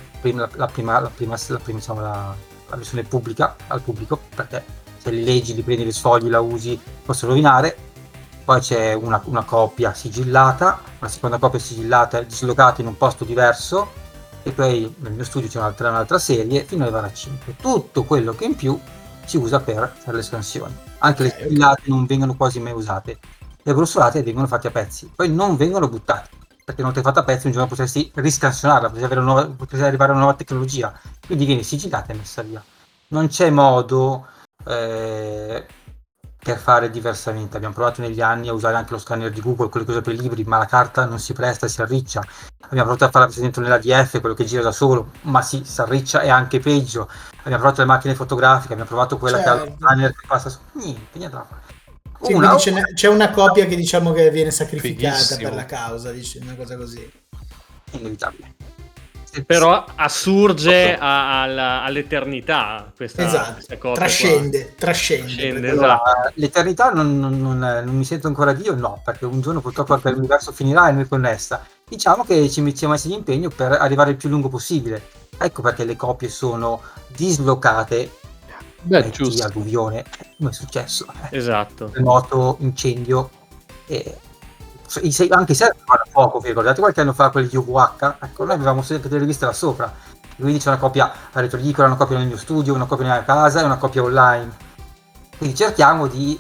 versione pubblica al pubblico, perché se li leggi, li prendi, li sfogli, la usi, possono rovinare. Poi c'è una copia sigillata, una seconda copia sigillata dislocata in un posto diverso, e poi nel mio studio c'è un'altra serie fino ad arrivare a 5. Tutto quello che in più si usa per le scansioni. Anche le spillate non vengono quasi mai usate, le brussolate vengono fatte a pezzi, poi non vengono buttate, perché una volta fatta a pezzi un giorno potresti riscansionarla, potresti arrivare a una nuova tecnologia, quindi viene sigillata e messa via. Non c'è modo per fare diversamente. Abbiamo provato negli anni a usare anche lo scanner di Google, quello che usa per i libri, ma la carta non si presta, si arriccia. Abbiamo provato a farla dentro nell'ADF, quello che gira da solo, ma si arriccia, è anche peggio. Abbiamo provato le macchine fotografiche, abbiamo provato quella che ha lo scanner che passa su. Niente da fare. Sì, Una, c'è una coppia che diciamo che viene sacrificata Fighissimo. per la causa, dice una cosa così. inevitabile. Però assurge all'eternità questa Esatto, coppia trascende. Trascende, Allora, esatto. l'eternità non mi sento ancora Dio, no, perché un giorno purtroppo anche l'universo finirà e noi connessa. Diciamo che ci mettiamo messi d'impegno per arrivare il più lungo possibile. Ecco perché le coppie sono dislocate. Di alluvione, come è successo? Esatto. Terremoto, incendio, anche se fanno poco, vi ricordate qualche anno fa quel UVH? Ecco, noi avevamo sempre delle riviste là sopra, quindi c'è una coppia a retrodicola, una coppia nel mio studio, una coppia nella casa e una coppia online. Quindi cerchiamo di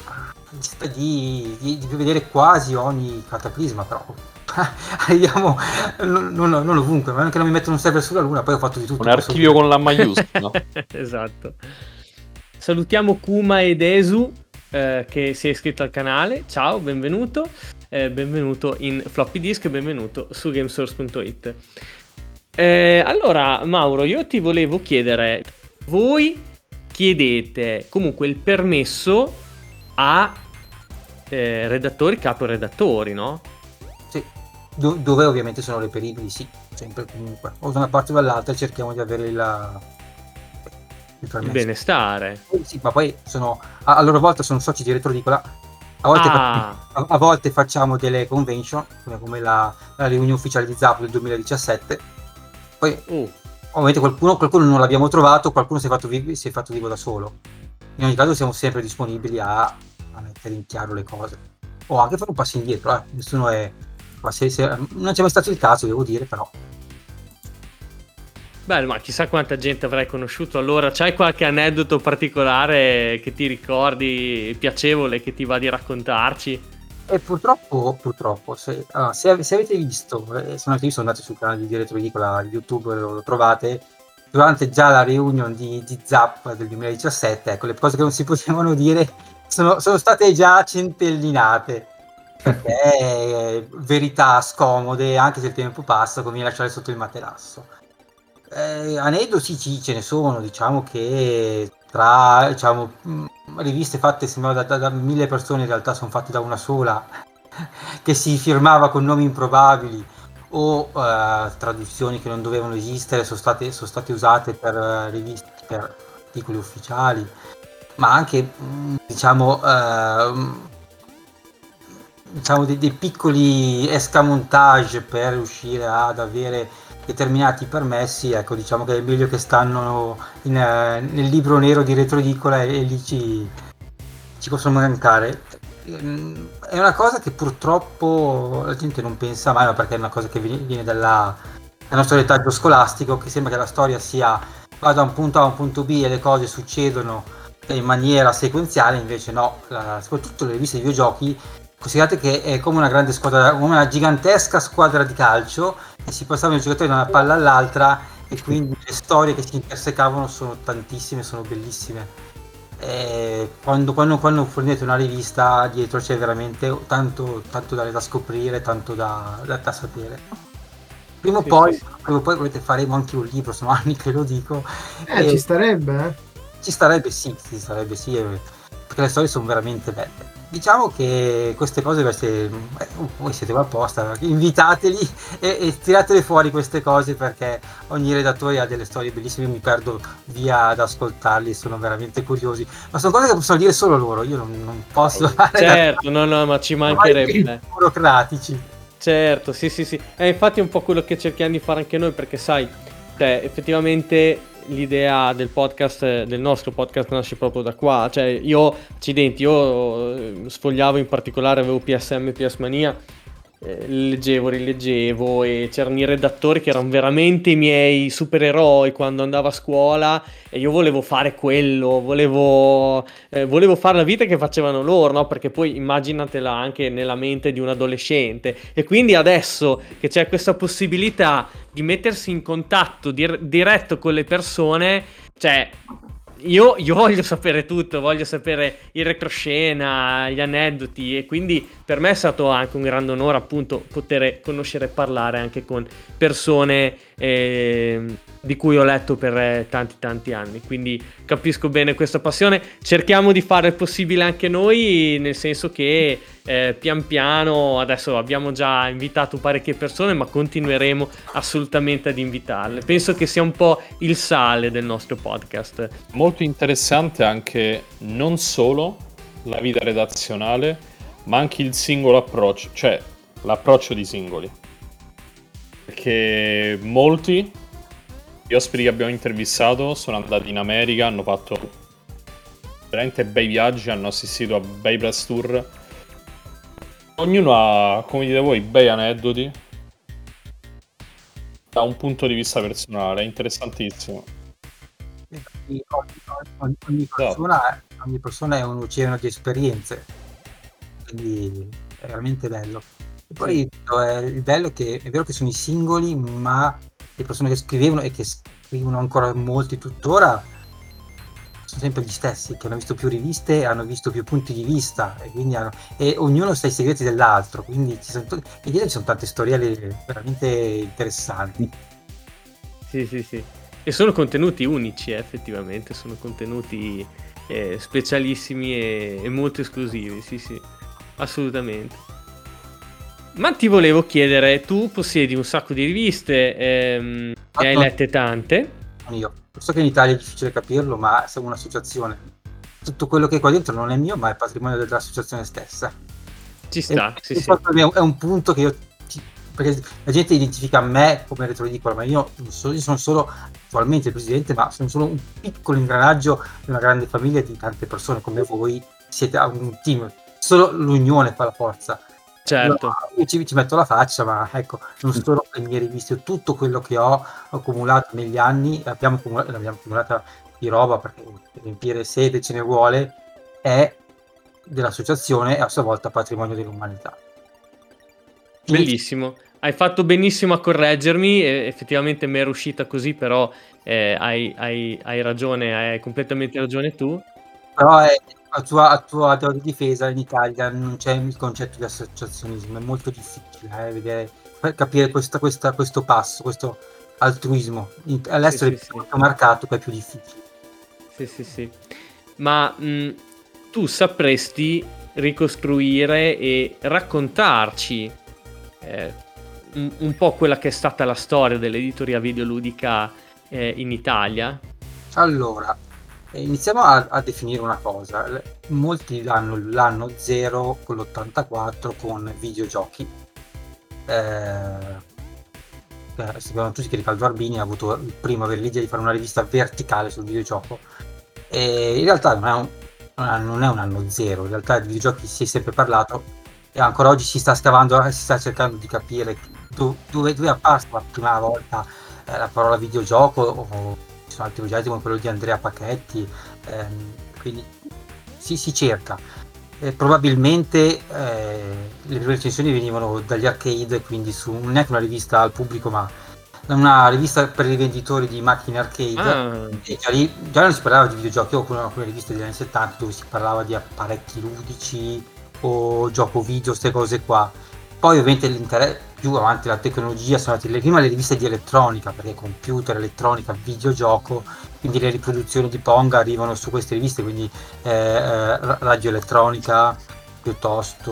vedere quasi ogni cataclisma, però arriviamo non ovunque, ma anche non mi mettono un server sulla luna, poi ho fatto di tutto. Un archivio con la maiuscola. Esatto. Salutiamo Kuma ed Esu che si è iscritto al canale. Ciao, benvenuto. Benvenuto in Floppy Disk, benvenuto su gamesource.it. Allora, Mauro, io ti volevo chiedere, voi chiedete comunque il permesso a redattori, caporedattori, no? Sì, dove ovviamente sono reperibili, sì, sempre comunque. O da una parte o dall'altra cerchiamo di avere il benestare. Sì, ma poi a loro volta sono soci di Retrodicola. A volte facciamo delle convention, come la riunione ufficiale di Zap del 2017. Poi ovviamente qualcuno non l'abbiamo trovato, qualcuno si è fatto vivo da solo. In ogni caso siamo sempre disponibili a mettere in chiaro le cose. O anche fare un passo indietro, nessuno è... Ma non c'è mai stato il caso, devo dire, però... Bello, ma chissà quanta gente avrai conosciuto. Allora, c'hai qualche aneddoto particolare che ti ricordi, piacevole, che ti va di raccontarci? E purtroppo se avete visto, se non avete visto andate sul canale di Retrodicola YouTube, lo trovate, durante già la reunion di Zap del 2017, ecco, le cose che non si potevano dire sono state già centellinate, perché verità scomode, anche se il tempo passa, conviene lasciare sotto il materasso. Aneddoti ce ne sono, diciamo che tra riviste fatte sembra da 1000 persone, in realtà sono fatte da una sola che si firmava con nomi improbabili, o traduzioni che non dovevano esistere sono state usate per riviste, per articoli ufficiali, ma anche diciamo dei piccoli escamontage per riuscire ad avere determinati permessi. Ecco, diciamo che è meglio che stanno nel libro nero di Retrodicola e lì ci possono mancare. È una cosa che purtroppo la gente non pensa mai, ma perché è una cosa che viene dal nostro retaggio scolastico, che sembra che la storia va da un punto A a un punto B e le cose succedono in maniera sequenziale. Invece no, soprattutto le riviste di videogiochi, considerate che è come una grande squadra, come una gigantesca squadra di calcio, e si passavano i giocatori da una palla all'altra, e quindi le storie che si intersecavano sono tantissime, sono bellissime. Quando fornite una rivista, dietro c'è veramente tanto da scoprire, tanto da sapere. Prima o poi volete faremo anche un libro, sono anni che lo dico. Ci starebbe, Ci starebbe sì, perché le storie sono veramente belle. Diciamo che queste cose voi siete qua apposta, invitateli e tiratele fuori queste cose, perché ogni redattore ha delle storie bellissime. Io mi perdo via ad ascoltarli, sono veramente curiosi, ma sono cose che possono dire solo loro, io non posso fare. Certo, no, ma ci mancherebbe. Burocratici. Certo, sì. Infatti è un po' quello che cerchiamo di fare anche noi, perché sai, effettivamente l'idea del podcast, del nostro podcast, nasce proprio da qua. Cioè io sfogliavo, in particolare avevo PSM, PS Mania, leggevo, rileggevo, e c'erano i redattori che erano veramente i miei supereroi quando andavo a scuola, e io volevo fare quello, volevo fare la vita che facevano loro, no? Perché poi immaginatela anche nella mente di un adolescente, e quindi adesso che c'è questa possibilità di mettersi in contatto diretto con le persone, cioè io voglio sapere tutto, voglio sapere il retroscena, gli aneddoti, e quindi per me è stato anche un grande onore, appunto, poter conoscere e parlare anche con persone di cui ho letto per tanti anni, quindi capisco bene questa passione. Cerchiamo di fare il possibile anche noi, nel senso che pian piano, adesso abbiamo già invitato parecchie persone, ma continueremo assolutamente ad invitarle. Penso che sia un po' il sale del nostro podcast. Molto interessante anche non solo la vita redazionale, ma anche il singolo approccio, cioè l'approccio di singoli, perché molti gli ospiti che abbiamo intervistato sono andati in America, hanno fatto veramente bei viaggi, hanno assistito a bei press tour. Ognuno ha, come dite voi, bei aneddoti da un punto di vista personale, è interessantissimo. Ogni persona è un oceano di esperienze, quindi è veramente bello. E poi il bello è che è vero che sono i singoli, ma le persone che scrivevano e che scrivono ancora molti tuttora sono sempre gli stessi, che hanno visto più riviste, hanno visto più punti di vista e quindi e ognuno sa i segreti dell'altro, quindi e dietro ci sono tante storielle veramente interessanti. Sì. E sono contenuti unici, effettivamente, sono contenuti specialissimi e molto esclusivi, sì, assolutamente. Ma ti volevo chiedere, tu possiedi un sacco di riviste, ne hai lette tante? Io so che in Italia è difficile capirlo, ma siamo un'associazione. Tutto quello che è qua dentro non è mio, ma è patrimonio dell'associazione stessa. Ci sta, sì. È un punto che io... Perché la gente identifica me come retroedicola, ma io sono solo attualmente il presidente, ma sono solo un piccolo ingranaggio di una grande famiglia di tante persone come voi. Siete un team, solo l'unione fa la forza. Certo. Io ci metto la faccia, ma ecco, non solo le mie riviste, tutto quello che ho accumulato negli anni, l'abbiamo accumulata di roba, perché per riempire sede ce ne vuole, è dell'associazione e a sua volta patrimonio dell'umanità. Bellissimo, hai fatto benissimo a correggermi, effettivamente mi era uscita così, però hai ragione, hai completamente ragione tu. Però a tua difesa in Italia non c'è il concetto di associazionismo, è molto difficile vedere, capire questo passo, questo altruismo. All'estero è più marcato, che è più difficile. Sì. Ma tu sapresti ricostruire e raccontarci un po' quella che è stata la storia dell'editoria videoludica in Italia? Allora, iniziamo a definire una cosa. Molti danno l'anno 0 con l'84 con videogiochi. Sappiamo tutti che Riccardo Arbini ha avuto il primo avere l'idea di fare una rivista verticale sul videogioco. E in realtà non è un anno 0, in realtà di videogiochi si è sempre parlato e ancora oggi si sta scavando, si sta cercando di capire dove è apparsa la prima volta la parola videogioco, o ci sono altri progetti come quello di Andrea Pacchetti, quindi si cerca. Probabilmente le prime recensioni venivano dagli arcade, quindi non è una rivista al pubblico, ma una rivista per i rivenditori di macchine arcade. E già non si parlava di videogiochi, o con alcune riviste degli anni 70 dove si parlava di apparecchi ludici o gioco video, queste cose qua. Poi ovviamente l'interesse più avanti la tecnologia sono andate prima le riviste di elettronica, perché computer, elettronica, videogioco, quindi le riproduzioni di Pong arrivano su queste riviste, quindi radioelettronica piuttosto,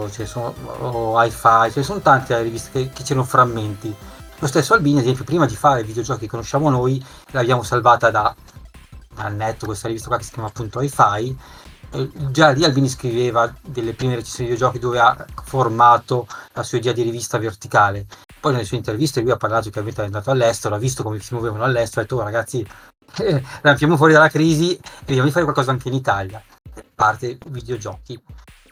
o hi-fi, ce sono tante riviste che c'erano frammenti. Lo stesso Albini, ad esempio, prima di fare i videogiochi che conosciamo noi, l'abbiamo salvata da netto, questa rivista qua che si chiama appunto hi-fi. Già lì Albini scriveva delle prime recensioni di videogiochi dove ha formato la sua idea di rivista verticale. Poi nelle sue interviste lui ha parlato che è andato all'estero, ha visto come si muovevano all'estero, ha detto ragazzi, rampiamo fuori dalla crisi e vediamo di fare qualcosa anche in Italia. Parte videogiochi.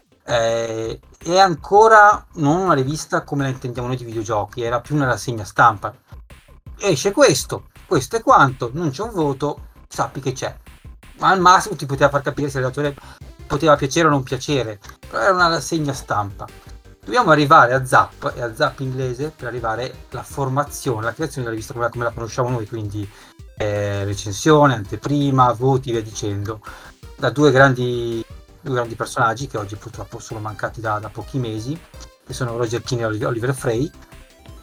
È ancora non una rivista come la intendiamo noi di videogiochi, era più una rassegna stampa. Esce questo è quanto, non c'è un voto, sappi che c'è. Ma al massimo ti poteva far capire se l'autore poteva piacere o non piacere, però era una rassegna stampa. Dobbiamo arrivare a Zap e a Zap inglese per arrivare alla formazione, la creazione della rivista come la conosciamo noi, quindi recensione, anteprima, voti, via dicendo, da due grandi personaggi che oggi purtroppo sono mancati da pochi mesi, che sono Roger Keane e Oliver Frey.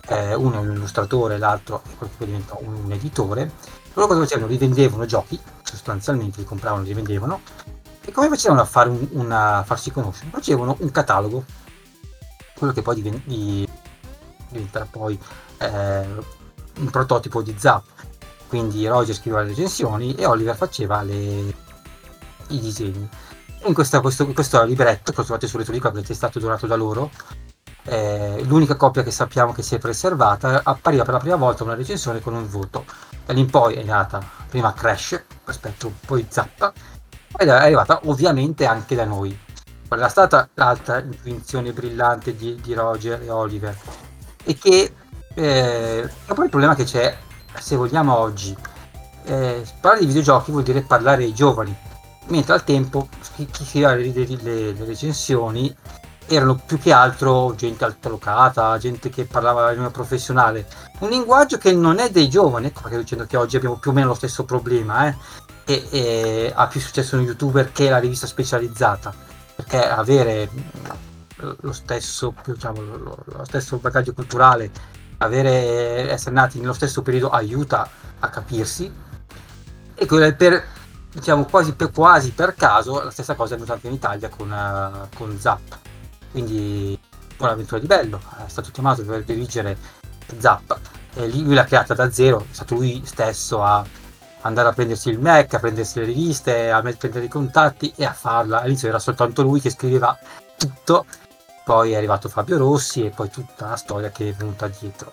uno è un illustratore, l'altro è quello che diventa un editore. Loro cosa facevano? Rivendevano giochi, sostanzialmente li compravano e li rivendevano. E come facevano a fare a farsi conoscere? Facevano un catalogo, quello che poi diventerà poi un prototipo di Zap. Quindi Roger scriveva le recensioni e Oliver faceva i disegni. In questo libretto, che lo trovate su Retrolico, che è stato donato da loro, l'unica copia che sappiamo che si è preservata, appariva per la prima volta una recensione con un voto. Da lì in poi è nata prima Crash, poi Zappa, ed è arrivata ovviamente anche da noi. Qual è stata l'altra intuizione brillante di Roger e Oliver? E che poi il problema che c'è, se vogliamo oggi, parlare di videogiochi vuol dire parlare ai giovani, mentre al tempo chi scriveva le recensioni erano più che altro gente altalocata, gente che parlava in una professionale, un linguaggio che non è dei giovani. Ecco perché dicendo che oggi abbiamo più o meno lo stesso problema, e ha più successo un youtuber che la rivista specializzata, perché avere lo stesso bagaglio culturale, essere nati nello stesso periodo aiuta a capirsi, e quasi per caso la stessa cosa è venuta anche in Italia con Zap. Quindi Buonaventura Di Bello è stato chiamato per dirigere Zap, e lui l'ha creata da zero, è stato lui stesso a andare a prendersi il Mac, a prendersi le riviste, a prendere i contatti e a farla. All'inizio era soltanto lui che scriveva tutto, poi è arrivato Fabio Rossi e poi tutta la storia che è venuta dietro.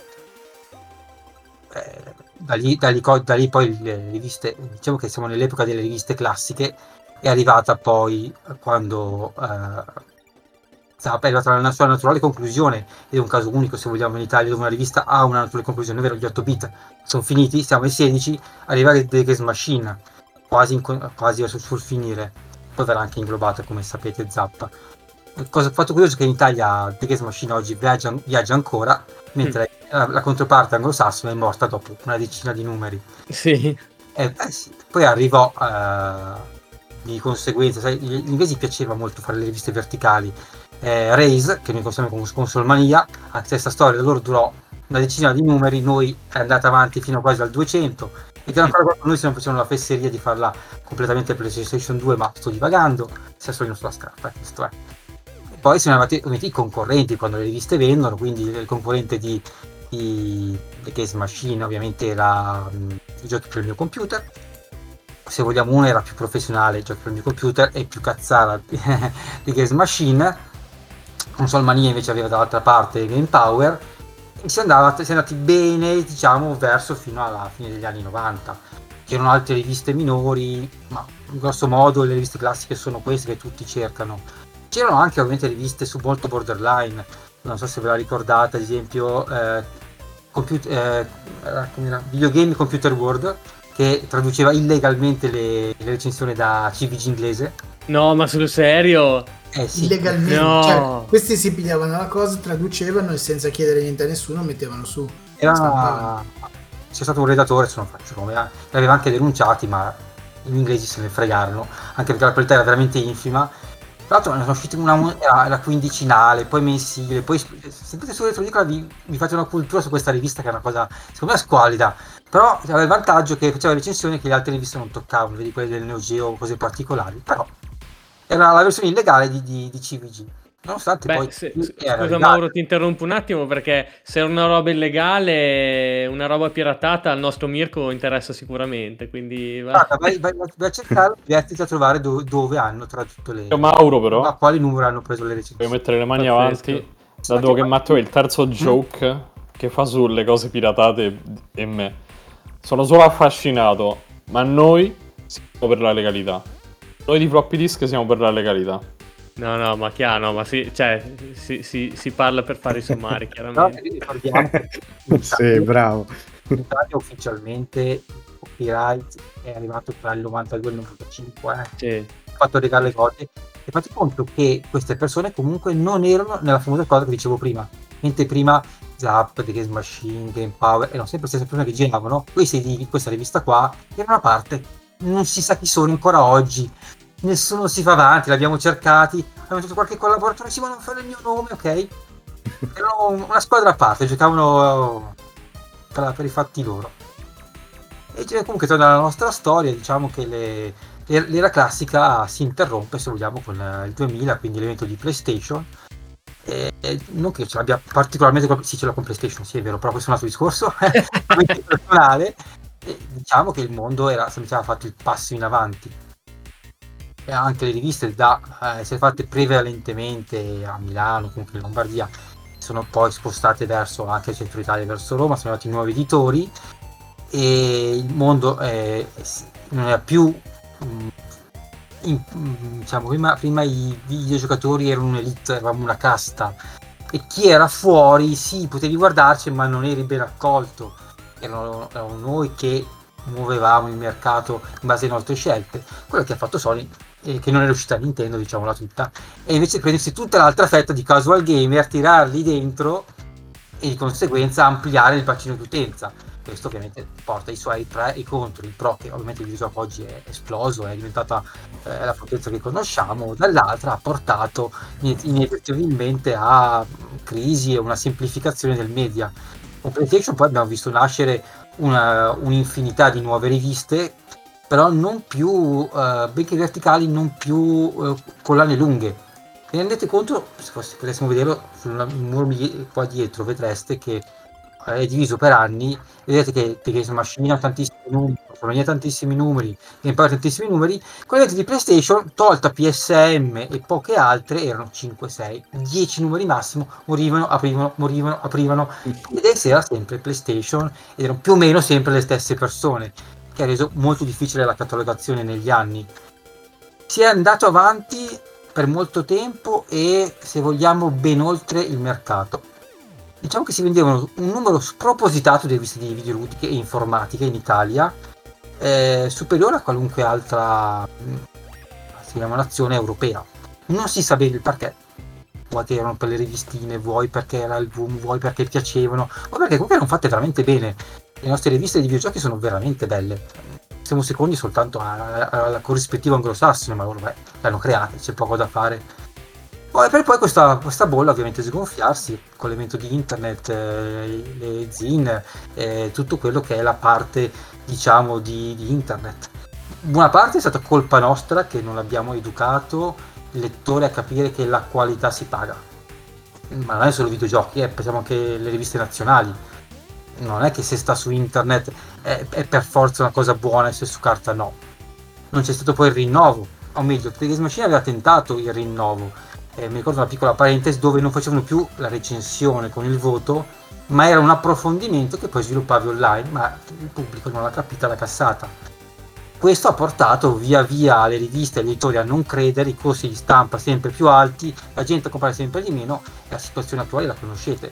Da lì poi le riviste, diciamo che siamo nell'epoca delle riviste classiche. È arrivata poi quando è arrivata alla sua naturale conclusione, ed è un caso unico se vogliamo in Italia dove una rivista ha una naturale conclusione, ovvero gli 8 bit sono finiti, siamo ai 16, arriva The Games Machine quasi sul finire, poi verrà anche inglobata, come sapete, Zappa. Fatto curioso che in Italia The Games Machine oggi viaggia ancora, mentre la controparte anglosassone è morta dopo una decina di numeri. Sì. Sì. Poi arrivò di conseguenza, sai, gli inglesi piaceva molto fare le riviste verticali. Raze, che noi conosciamo come Consolmania, la stessa storia da loro durò una decina di numeri, noi è andata avanti fino quasi al 200, ed ancora noi se non facevamo la fesseria di farla completamente PlayStation 2, ma sto divagando, sia solo sulla scarpa, questo è. E poi sono arrivati ovviamente i concorrenti quando le riviste vendono, quindi il concorrente di The Games Machine ovviamente era i giochi per il mio computer. Se vogliamo, uno era più professionale, giochi per il mio computer, e più cazzara di Games Machine. Consolmania invece aveva dall'altra parte Game Power, e si è andati bene, diciamo, verso fino alla fine degli anni 90. C'erano altre riviste minori, ma grosso modo le riviste classiche sono queste che tutti cercano. C'erano anche ovviamente riviste su molto borderline, non so se ve la ricordate, ad esempio Videogame Computer World, che traduceva illegalmente le recensioni da CVG inglese. No, ma sul serio? Sì. Illegalmente, no. Cioè, questi si pigliavano la cosa, traducevano e senza chiedere niente a nessuno mettevano su. C'è stato un redattore, l'aveva anche denunciati, ma gli inglesi se ne fregarono, anche perché la qualità era veramente infima. Tra l'altro ne sono usciti la quindicinale, poi mensile, poi sempre su Retrolicola vi fate una cultura su questa rivista, che è una cosa secondo me squalida, però aveva il vantaggio che faceva recensioni che le altre riviste non toccavano, vedi quelle del Neo Geo, cose particolari, però era la versione illegale di CVG, nonostante poi scusa Mauro, ti interrompo un attimo, perché se è una roba illegale, una roba piratata, al nostro Mirko interessa sicuramente, quindi vai a cercare, divertiti a trovare dove hanno tradotto le... Mauro, però a quali numero hanno preso le recensioni. devo mettere le mani avanti, dato che Matteo è il terzo joke che fa sulle cose piratate e me. Sono solo affascinato, ma noi siamo per la legalità. Noi di floppy disk siamo per la legalità. No, ma chiaro, ma si parla per fare i sommari, chiaramente. Sì, bravo. In Italia ufficialmente il copyright è arrivato tra il 92 e il 95, Sì. Ho fatto regare le cose e fate conto che queste persone comunque non erano nella famosa cosa che dicevo prima, mentre prima Zap, The Games Machine, Game Power erano sempre le stesse persone che giravano. Questi di questa rivista qua erano a parte, non si sa chi sono ancora oggi, nessuno si fa avanti, l'abbiamo cercati, abbiamo fatto qualche collaboratore, sì, ma non fare il mio nome, ok? erano una squadra a parte, giocavano per i fatti loro. E comunque torna alla nostra storia, diciamo che l'era classica si interrompe, se vogliamo, con il 2000, quindi l'evento di PlayStation. Non che ce l'abbia particolarmente, sì, ce l'ho con PlayStation, sì, è vero, però questo è un altro discorso personale. Diciamo che il mondo aveva fatto il passo in avanti, e anche le riviste da essere fatte prevalentemente a Milano, comunque in Lombardia, sono poi spostate verso anche il centro Italia, verso Roma, sono arrivati nuovi editori e il mondo non era più diciamo, prima i videogiocatori erano un'elite, eravamo una casta, e chi era fuori sì, potevi guardarci ma non eri ben accolto, erano noi che muovevamo il mercato in base alle nostre scelte. Quello che ha fatto Sony, che non è riuscita a Nintendo, diciamola tutta, e invece prendersi tutta l'altra fetta di casual gamer, tirarli dentro e di conseguenza ampliare il bacino di utenza. Questo ovviamente porta i suoi pro e contro. Il pro, che ovviamente il videogioco oggi è esploso, è diventata la potenza che conosciamo, dall'altra ha portato inevitabilmente a crisi e una semplificazione del media. Con PlayStation poi abbiamo visto nascere un'infinità di nuove riviste, però non più benché verticali, non più collane lunghe. Vi rendete conto, se potessimo vederlo sul muro qua dietro, vedreste che è diviso per anni. Vedete che The Games Machine ha tantissimi numeri, Polonia tantissimi numeri, Empire tantissimi numeri. Quelli di PlayStation, tolta PSM e poche altre, erano 5, 6, 10 numeri massimo, morivano, aprivano, ed era sempre PlayStation, ed erano più o meno sempre le stesse persone, che ha reso molto difficile la catalogazione negli anni. Si è andato avanti per molto tempo e, se vogliamo, ben oltre il mercato. Diciamo che si vendevano un numero spropositato di riviste di videoludiche e informatiche in Italia, superiore a qualunque altra nazione europea. Non si sa bene il perché, vuoi che erano per le rivistine, vuoi perché era il boom, vuoi perché piacevano, o perché comunque erano fatte veramente bene. Le nostre riviste di videogiochi sono veramente belle. Siamo secondi soltanto alla corrispettiva anglosassone, ma loro l'hanno creata, c'è poco da fare. Per poi questa bolla ovviamente sgonfiarsi con l'evento di internet, le zine, tutto quello che è la parte, diciamo, di internet. Buona parte è stata colpa nostra, che non abbiamo educato il lettore a capire che la qualità si paga. Ma non è solo i videogiochi, pensiamo anche alle riviste nazionali. Non è che se sta su internet è per forza una cosa buona e se su carta no. Non c'è stato poi il rinnovo, o meglio, The Games Machine aveva tentato il rinnovo. Mi ricordo una piccola parentesi dove non facevano più la recensione con il voto, ma era un approfondimento che poi sviluppavi online, ma il pubblico non l'ha capita la cassata. Questo ha portato via via le riviste e gli editori a non credere, i costi di stampa sempre più alti, la gente a comprare sempre di meno, e la situazione attuale la conoscete.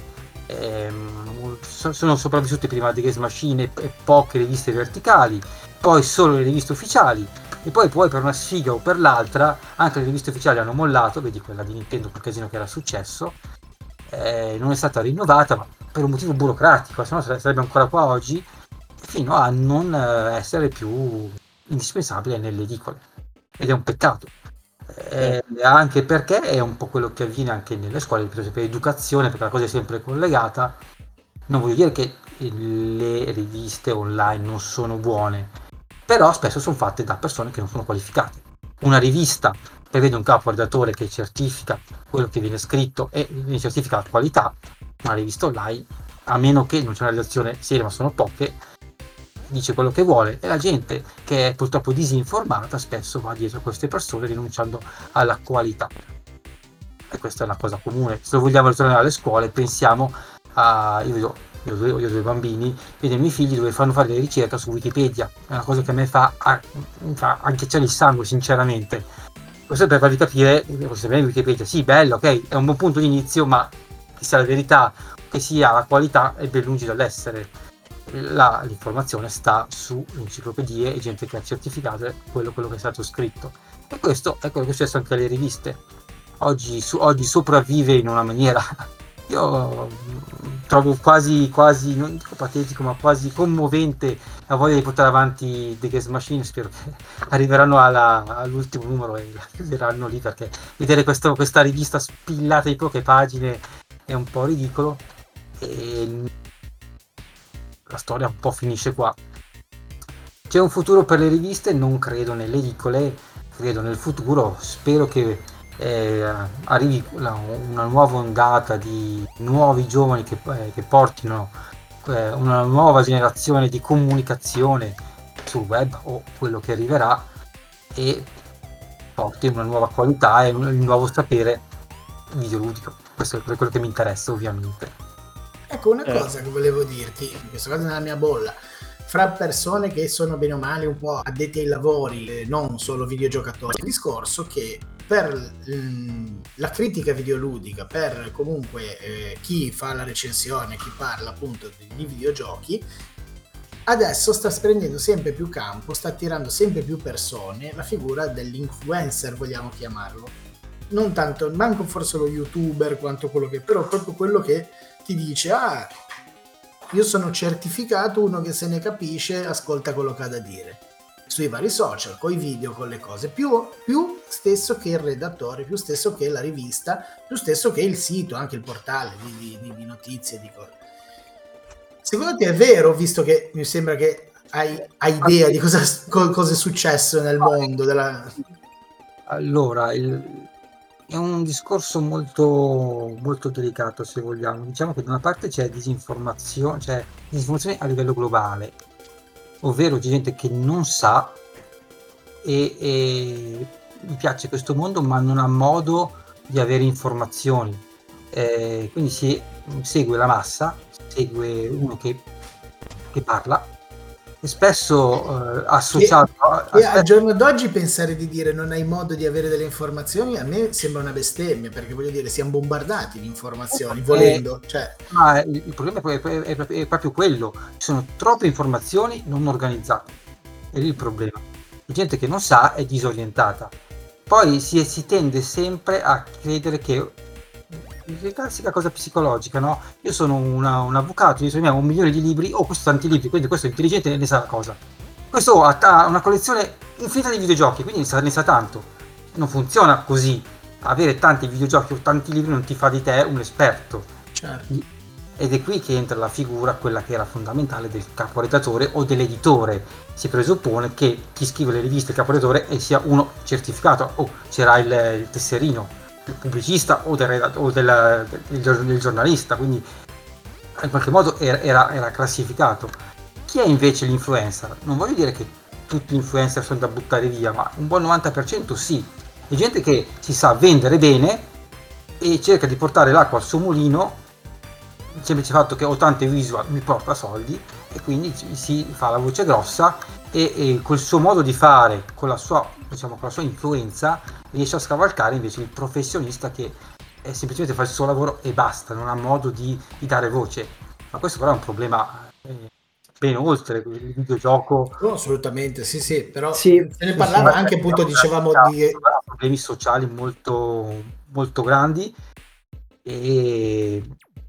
Sono sopravvissute prima The Games Machine e poche riviste verticali, poi solo le riviste ufficiali, e poi per una sfiga o per l'altra anche le riviste ufficiali hanno mollato. Vedi quella di Nintendo, quel casino che era successo, non è stata rinnovata, ma per un motivo burocratico, se no sarebbe ancora qua oggi, fino a non essere più indispensabile nelle edicole, ed è un peccato. Anche perché è un po' quello che avviene anche nelle scuole, per educazione, perché la cosa è sempre collegata. Non voglio dire che le riviste online non sono buone, però spesso sono fatte da persone che non sono qualificate. Una rivista prevede un capo redattore che certifica quello che viene scritto e ne certifica la qualità. Una rivista online, a meno che non c'è una redazione seria, ma sono poche, dice quello che vuole, e la gente, che è purtroppo disinformata, spesso va dietro a queste persone rinunciando alla qualità. E questa è una cosa comune. Se lo vogliamo ritornare alle scuole, pensiamo a... Io ho due bambini, vedo i miei figli dove fanno fare delle ricerche su Wikipedia. È una cosa che a me fa agghiacciare il sangue, sinceramente. Questo per farvi capire se bene Wikipedia, sì, bello, ok, è un buon punto di inizio, ma che sia la verità, che sia la qualità, è ben lungi dall'essere. L'informazione sta su enciclopedie e gente che ha certificato quello che è stato scritto, e questo è quello che è successo anche alle riviste. Oggi sopravvive in una maniera, io trovo quasi, non dico patetico, ma quasi commovente la voglia di portare avanti The Games Machine. Spero che arriveranno all'ultimo numero e la chiuderanno lì, perché vedere questa rivista spillata di poche pagine è un po' ridicolo e la storia un po' finisce qua. C'è un futuro per le riviste? Non credo nelle edicole, credo nel futuro, spero che arrivi una nuova ondata di nuovi giovani che portino una nuova generazione di comunicazione sul web o quello che arriverà e porti una nuova qualità e un nuovo sapere videoludico. Questo è quello che mi interessa, ovviamente. Ecco, una cosa che volevo dirti, in questo caso nella mia bolla, fra persone che sono bene o male un po' addetti ai lavori, non solo videogiocatori, il discorso che per la critica videoludica, per comunque chi fa la recensione, chi parla appunto di videogiochi, adesso sta prendendo sempre più campo, sta attirando sempre più persone la figura dell'influencer, vogliamo chiamarlo. Non tanto, manco forse lo youtuber quanto quello che, però proprio quello che ti dice, io sono certificato, uno che se ne capisce, ascolta quello che ha da dire. Sui vari social, con i video, con le cose, più stesso che il redattore, più stesso che la rivista, più stesso che il sito, anche il portale di notizie, di cose. Secondo te è vero, visto che mi sembra che hai idea di cosa è successo nel mondo della... Allora, è un discorso molto, molto delicato, se vogliamo. Diciamo che da una parte c'è disinformazione a livello globale, ovvero gente che non sa e gli piace questo mondo ma non ha modo di avere informazioni. Quindi si segue la massa, segue uno che parla e spesso associato al giorno d'oggi pensare di dire non hai modo di avere delle informazioni a me sembra una bestemmia, perché voglio dire siamo bombardati di informazioni volendo, ma il problema è proprio quello, ci sono troppe informazioni non organizzate, è lì il problema, la gente che non sa è disorientata, poi si tende sempre a credere che la classica cosa psicologica, no? Io sono un avvocato, io sono 1 milione di libri, questo tanti libri, quindi questo è intelligente e ne sa la cosa. Questo ha una collezione infinita di videogiochi, quindi ne sa tanto. Non funziona così. Avere tanti videogiochi o tanti libri non ti fa di te un esperto. Certo. Ed è qui che entra la figura, quella che era fondamentale, del caporedattore o dell'editore. Si presuppone che chi scrive le riviste, il caporedattore, sia uno certificato, c'era il tesserino, il pubblicista o del giornalista, quindi in qualche modo era classificato. Chi è invece l'influencer? Non voglio dire che tutti gli influencer sono da buttare via, ma un buon 90% sì. È gente che si sa vendere bene e cerca di portare l'acqua al suo mulino, il semplice fatto che ho tante visual mi porta soldi e quindi si fa la voce grossa e col suo modo di fare, con la sua influenza, riesce a scavalcare invece il professionista che semplicemente fa il suo lavoro e basta, non ha modo di dare voce. Ma questo però è un problema ben oltre il videogioco. No, assolutamente, sì, però se ne parlava anche appunto, dicevamo di problemi sociali molto, molto grandi e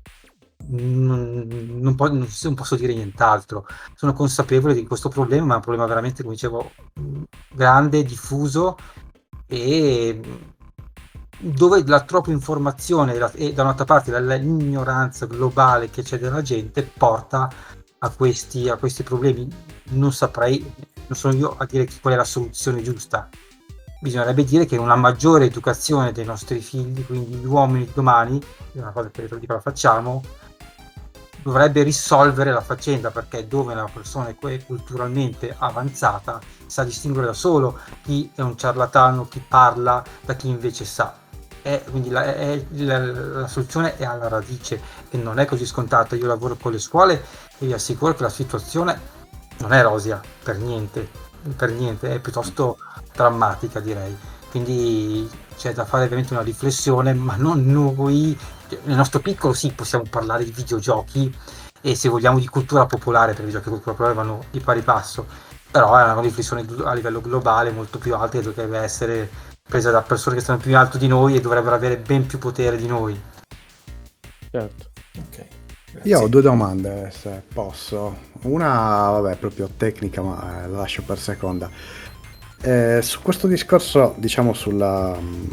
non posso dire nient'altro. Sono consapevole di questo problema, ma è un problema veramente, come dicevo, grande, diffuso e dove la troppa informazione e da un'altra parte l'ignoranza globale che c'è della gente porta a questi problemi. Non saprei, non sono io a dire qual è la soluzione giusta. Bisognerebbe dire che una maggiore educazione dei nostri figli, quindi gli uomini di domani, è una cosa che la facciamo, dovrebbe risolvere la faccenda, perché dove una persona è culturalmente avanzata sa distinguere da solo chi è un ciarlatano, chi parla, da chi invece sa. Quindi la soluzione è alla radice e non è così scontata. Io lavoro con le scuole e vi assicuro che la situazione non è rosea per niente, è piuttosto drammatica, direi. Quindi c'è da fare veramente una riflessione, ma non noi. Nel nostro piccolo sì, possiamo parlare di videogiochi e se vogliamo di cultura popolare, perché i giochi di cultura popolare vanno di pari passo, però è una riflessione a livello globale molto più alta e dovrebbe essere presa da persone che stanno più in alto di noi e dovrebbero avere ben più potere di noi. Certo. Ok. Io ho 2 domande, se posso. Una, vabbè, proprio tecnica, ma la lascio per seconda. Su questo discorso, diciamo,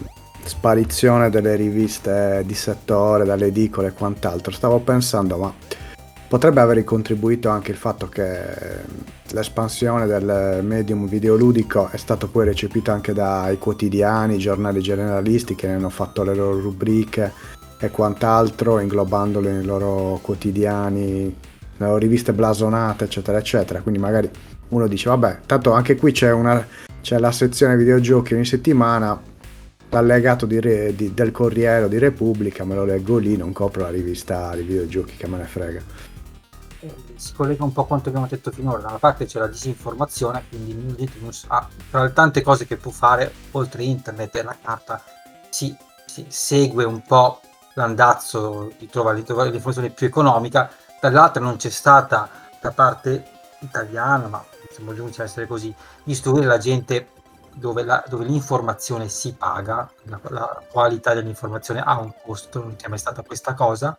sparizione delle riviste di settore, dalle edicole e quant'altro, stavo pensando, ma potrebbe aver contribuito anche il fatto che l'espansione del medium videoludico è stato poi recepito anche dai quotidiani, i giornali generalisti che ne hanno fatto le loro rubriche e quant'altro, inglobandole nei loro quotidiani, le loro riviste blasonate, eccetera, eccetera. Quindi magari uno dice, vabbè, tanto anche qui c'è la sezione videogiochi ogni settimana, l'allegato del Corriere o di Repubblica, me lo leggo lì, non copro la rivista di videogiochi, che me ne frega. Si collega un po' a quanto abbiamo detto finora. Da una parte c'è la disinformazione, quindi non sa, tra le tante cose che può fare oltre internet e la carta si segue un po' l'andazzo di trovare l'informazione più economica. Dall'altra non c'è stata da parte italiana, ma siamo giunti a essere così, istruire la gente dove l'informazione si paga, la qualità dell'informazione ha un costo, non c'è mai stata questa cosa,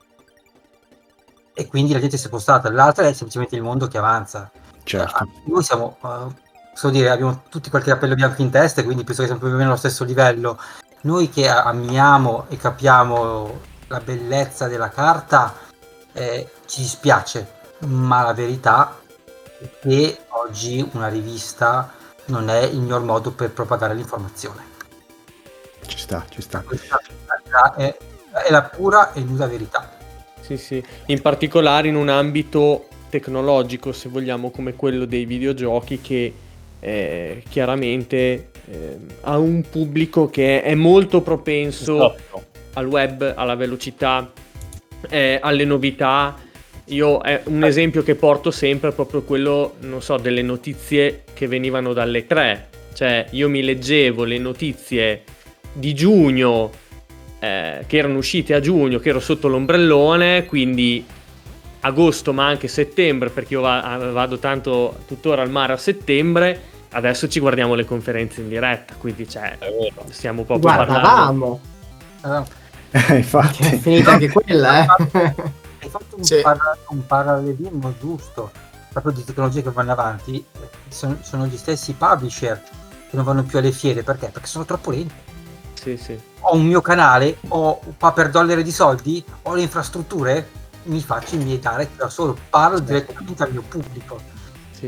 e quindi la gente si è spostata. L'altra è semplicemente il mondo che avanza. Certo. Noi siamo, abbiamo tutti qualche capello bianco in testa, e quindi penso che siamo più o meno allo stesso livello. Noi che amiamo e capiamo la bellezza della carta, ci dispiace, ma la verità è che oggi una rivista non è il miglior modo per propagare l'informazione. Ci sta. Questa è la pura e nuda verità. Sì, in particolare in un ambito tecnologico, se vogliamo, come quello dei videogiochi, che chiaramente ha un pubblico che è molto propenso al web, alla velocità, alle novità. Io un esempio che porto sempre è proprio quello, non so, delle notizie che venivano dalle 3. Cioè, io mi leggevo le notizie di giugno, che erano uscite a giugno, che ero sotto l'ombrellone, quindi agosto ma anche settembre, perché io vado tanto tuttora al mare a settembre. Adesso ci guardiamo le conferenze in diretta, quindi stiamo proprio guardavamo. Infatti è finita anche quella, Hai fatto un parallelismo giusto, proprio di tecnologie che vanno avanti. Sono gli stessi publisher che non vanno più alle fiere, perché sono troppo lenti. Sì. Ho un mio canale, ho per dollari di soldi, ho le infrastrutture, mi faccio i miei direct da solo, parlo direttamente al mio pubblico. Sì.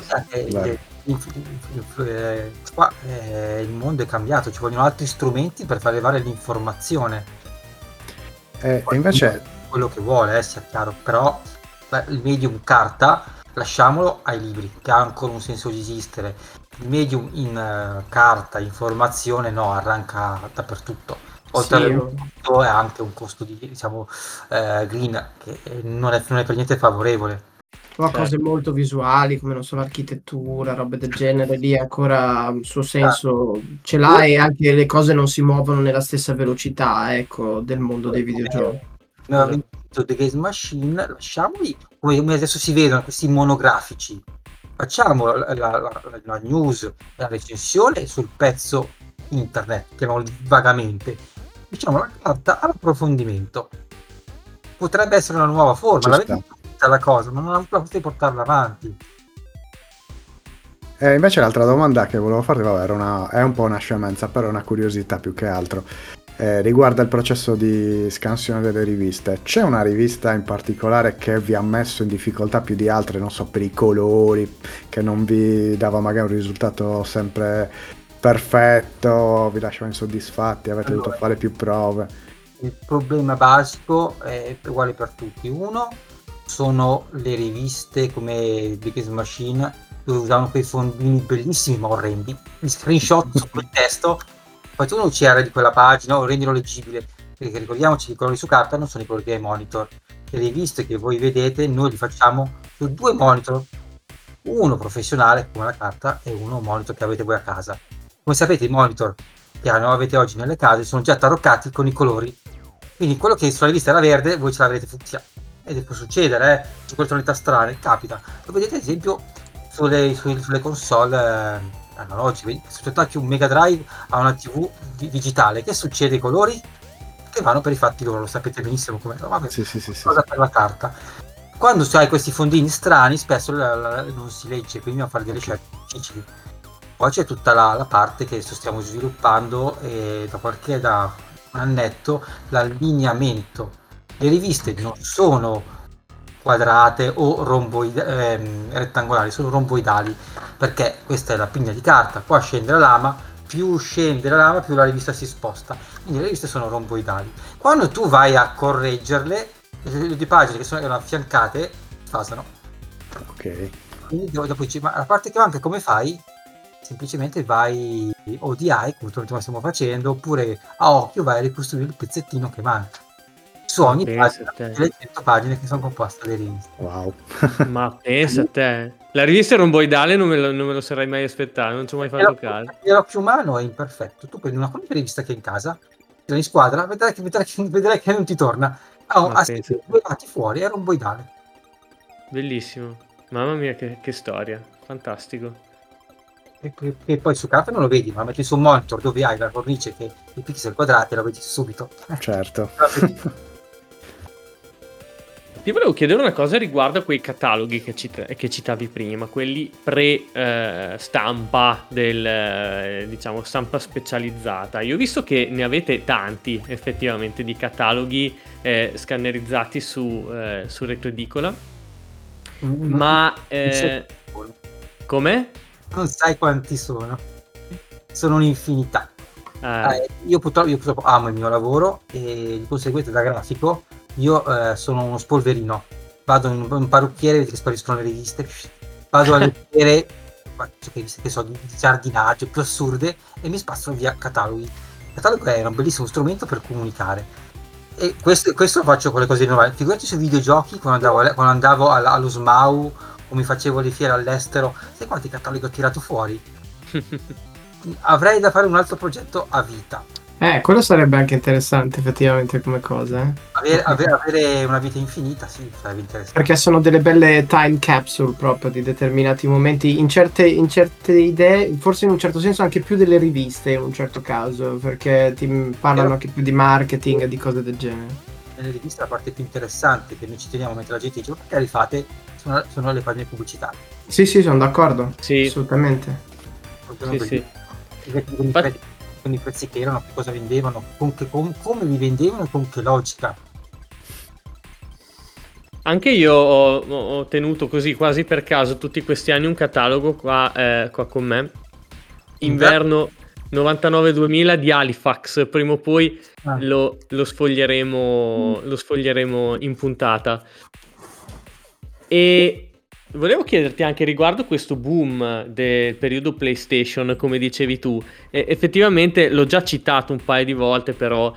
Qua il mondo è cambiato, ci vogliono altri strumenti per far arrivare l'informazione. E invece quello che vuole, sia chiaro, però il medium carta lasciamolo ai libri, che ha ancora un senso di esistere. Il medium in carta, informazione, no, arranca dappertutto. Oltre a tutto è anche un costo di, green, che non è per niente favorevole. Ma cose molto visuali, come non so, l'architettura, robe del genere, lì ancora il suo senso ce l'ha, e anche le cose non si muovono nella stessa velocità, del mondo dei videogiochi. Noi abbiamo detto The Games Machine, lasciamoli come adesso si vedono questi monografici. Facciamo la news, la recensione sul pezzo internet, chiamiamolo vagamente. Diciamo la carta all'approfondimento. Potrebbe essere una nuova forma, la cosa, ma non ha ancora potuto portarla avanti. Invece l'altra domanda che volevo farti, è un po' una scemenza, però è una curiosità più che altro. Riguarda il processo di scansione delle riviste. C'è una rivista in particolare che vi ha messo in difficoltà più di altre, non so, per i colori, che non vi dava magari un risultato sempre perfetto, vi lasciava insoddisfatti, avete dovuto fare più prove? Il problema basico è uguale per tutti. Uno sono le riviste come The Games Machine, dove usavano quei fondini bellissimi ma orrendi, gli screenshot su quel testo, poi tu non UCR di quella pagina o rendilo leggibile, perché ricordiamoci che i colori su carta non sono i colori dei monitor. Le riviste che voi vedete noi li facciamo su 2 monitor, uno professionale come la carta e uno monitor che avete voi a casa. Come sapete, i monitor che avete oggi nelle case sono già taroccati con i colori, quindi quello che sulla rivista era verde voi ce l'avrete fucsia, ed può succedere, su quelle tonalità strane capita. Lo vedete ad esempio sulle console analogiche. Se tu attacchi un Mega Drive a una TV digitale, che succede? I colori che vanno per i fatti loro, lo sapete benissimo come cosa per la carta. Quando hai questi fondini strani spesso non si legge, quindi a fare delle scelte difficili. Poi c'è tutta la parte che stiamo sviluppando e da un annetto l'allineamento. Le riviste non sono quadrate o rettangolari, sono romboidali, perché questa è la pinna di carta, qua scende la lama, più scende la lama più la rivista si sposta, quindi le riviste sono romboidali. Quando tu vai a correggerle, le due pagine che erano affiancate sfasano. Ok. Quindi dopo dici, ma la parte che manca come fai? Semplicemente vai ODI, come stiamo facendo, oppure a occhio vai a ricostruire il pezzettino che manca. Su ogni pagina, le 100 pagine che sono composte dalle riviste. Wow. Ma pensa a te. La rivista romboidale non me lo sarei mai aspettato, non ci ho mai fatto caso. L'occhio umano è imperfetto. Tu prendi una qualunque rivista che è in casa, in squadra, vedrai che non ti torna. Due lati fuori, è romboidale. Bellissimo. Mamma mia, che storia. Fantastico. E poi su carta non lo vedi, ma metti su un monitor dove hai la cornice che i pixel quadrati lo vedi subito. Certo. Ti volevo chiedere una cosa riguardo a quei cataloghi che citavi prima, quelli pre-stampa diciamo stampa specializzata. Io ho visto che ne avete tanti effettivamente di cataloghi scannerizzati su Retro Edicola, ma come? Non sai quanti sono un'infinità. Io purtroppo amo il mio lavoro e di conseguenza da grafico io sono uno spolverino, vado in un parrucchiere, vedi che spariscono le riviste, vado a leggere riviste che so di giardinaggio più assurde e mi spazzano via cataloghi. Il catalogo è un bellissimo strumento per comunicare e questo lo faccio con le cose normali. Figurati sui videogiochi quando andavo allo SMAU o mi facevo le fiere all'estero, sai quanti cataloghi ho tirato fuori? Avrei da fare un altro progetto a vita. Quello sarebbe anche interessante effettivamente come cosa. Avere una vita infinita, sì, sarebbe interessante. Perché sono delle belle time capsule proprio di determinati momenti, in certe idee, forse in un certo senso anche più delle riviste in un certo caso, perché ti parlano anche più di marketing e di cose del genere. Nelle riviste la parte più interessante che noi ci teniamo mentre la gente dice perché le fate sono le pagine pubblicitarie. Sì, sono d'accordo. Sì. Assolutamente. Sì. Con i prezzi che erano, che cosa vendevano, come li vendevano e con che logica. Anche io ho tenuto così quasi per caso tutti questi anni un catalogo qua con me. Inverno 99-2000 di Halifax. Prima o poi lo sfoglieremo in puntata. E volevo chiederti anche riguardo questo boom del periodo PlayStation, come dicevi tu. Effettivamente l'ho già citato un paio di volte, però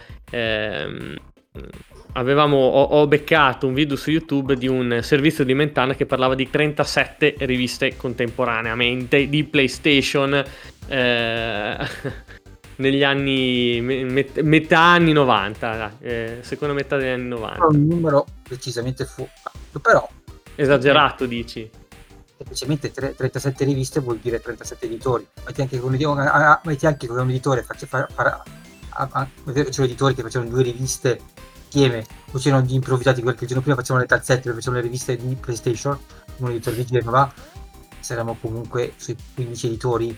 ho beccato un video su YouTube di un servizio di Mentana che parlava di 37 riviste contemporaneamente di PlayStation negli anni metà anni 90, seconda metà degli anni 90. Un numero decisamente però esagerato, dici? Semplicemente 37 riviste vuol dire 37 editori. Metti anche con un editore, c'erano editori che facevano 2 riviste insieme, o c'erano gli improvvisati, quelli che il giorno prima facevano le tazzette, facevano le riviste di PlayStation, un editore di Genova, saremmo comunque sui 15 editori.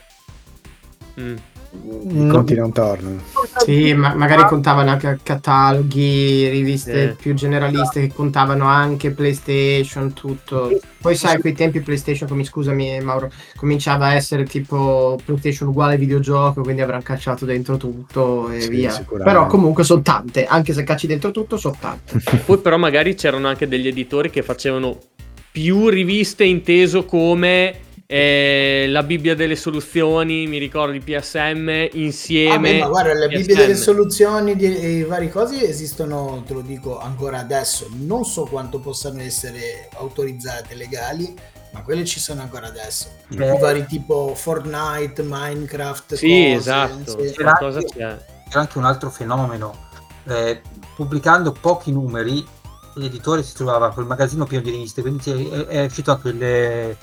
I conti non tornano. Sì, ma magari contavano anche cataloghi, riviste più generaliste che contavano anche PlayStation, tutto. Poi sai, quei tempi PlayStation, scusami Mauro, cominciava a essere tipo PlayStation uguale videogioco, quindi avranno cacciato dentro tutto e via. Però comunque sono tante, anche se cacci dentro tutto, sono tante. Poi però magari c'erano anche degli editori che facevano più riviste, inteso come la Bibbia delle soluzioni, mi ricordo di PSM insieme. Ma guarda, le Bibbie delle soluzioni di vari cosi esistono, te lo dico ancora adesso. Non so quanto possano essere autorizzate, legali, ma quelle ci sono ancora adesso. I vari tipo Fortnite, Minecraft. Sì, cose, esatto. C'era anche un altro fenomeno. Pubblicando pochi numeri, l'editore si trovava col magazzino pieno di riviste, quindi è uscito anche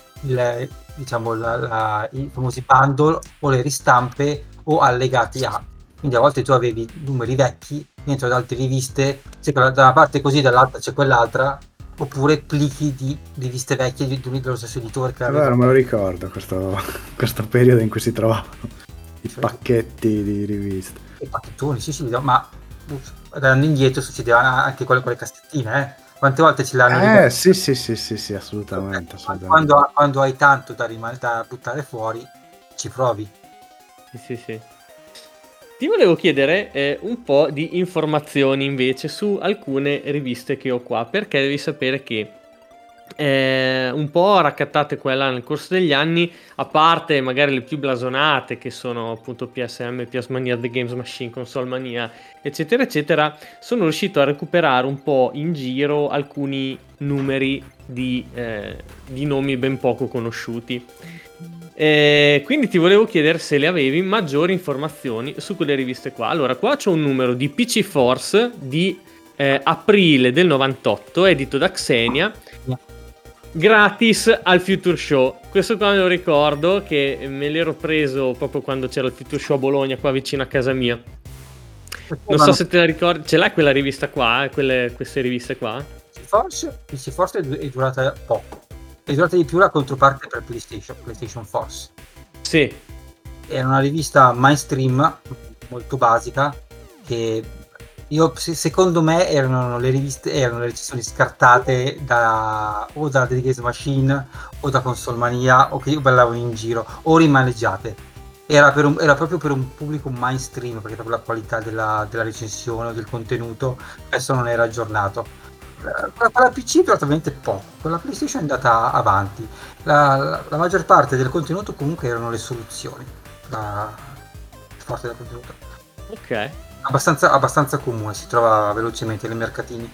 i famosi bundle o le ristampe o allegati a, quindi a volte tu avevi numeri vecchi dentro ad altre riviste, se da una parte così dall'altra c'è quell'altra, oppure plichi di riviste vecchie dello stesso editore che Allora me lo ricordo questo periodo in cui si trovavano i pacchetti di riviste. I pacchettoni, sì, ma andando indietro succedeva anche quello con le cassettine, Quante volte ce l'hanno? Sì, assolutamente. Quando hai tanto da buttare fuori, ci provi. Sì. Ti volevo chiedere un po' di informazioni invece su alcune riviste che ho qua, perché devi sapere che un po' raccattate qua e là nel corso degli anni, a parte magari le più blasonate che sono appunto PSM, PS Mania, The Games Machine, Console Mania, eccetera eccetera, sono riuscito a recuperare un po' in giro alcuni numeri di nomi ben poco conosciuti. Quindi ti volevo chiedere se le avevi maggiori informazioni su quelle riviste qua. Allora, qua c'è un numero di PC Force di aprile del 98, edito da Xenia, gratis al Future Show. Questo qua me lo ricordo che me l'ero preso proprio quando c'era il Future Show a Bologna, qua vicino a casa mia. Non so se te la ricordi, ce l'hai quella rivista qua, queste riviste qua? PC Force è durata poco. È durata di più la controparte per PlayStation Force. Sì. Era una rivista mainstream, molto basica, che secondo me erano le recensioni scartate o da The Games Machine o da Console Mania, o che io ballavo in giro, o rimaneggiate. Era proprio per un pubblico mainstream, perché proprio la qualità della recensione o del contenuto spesso non era aggiornato. La PC praticamente poco, con la PlayStation è andata avanti. La maggior parte del contenuto comunque erano le soluzioni, la parte del contenuto. Ok. Abbastanza comune, si trova velocemente nei mercatini.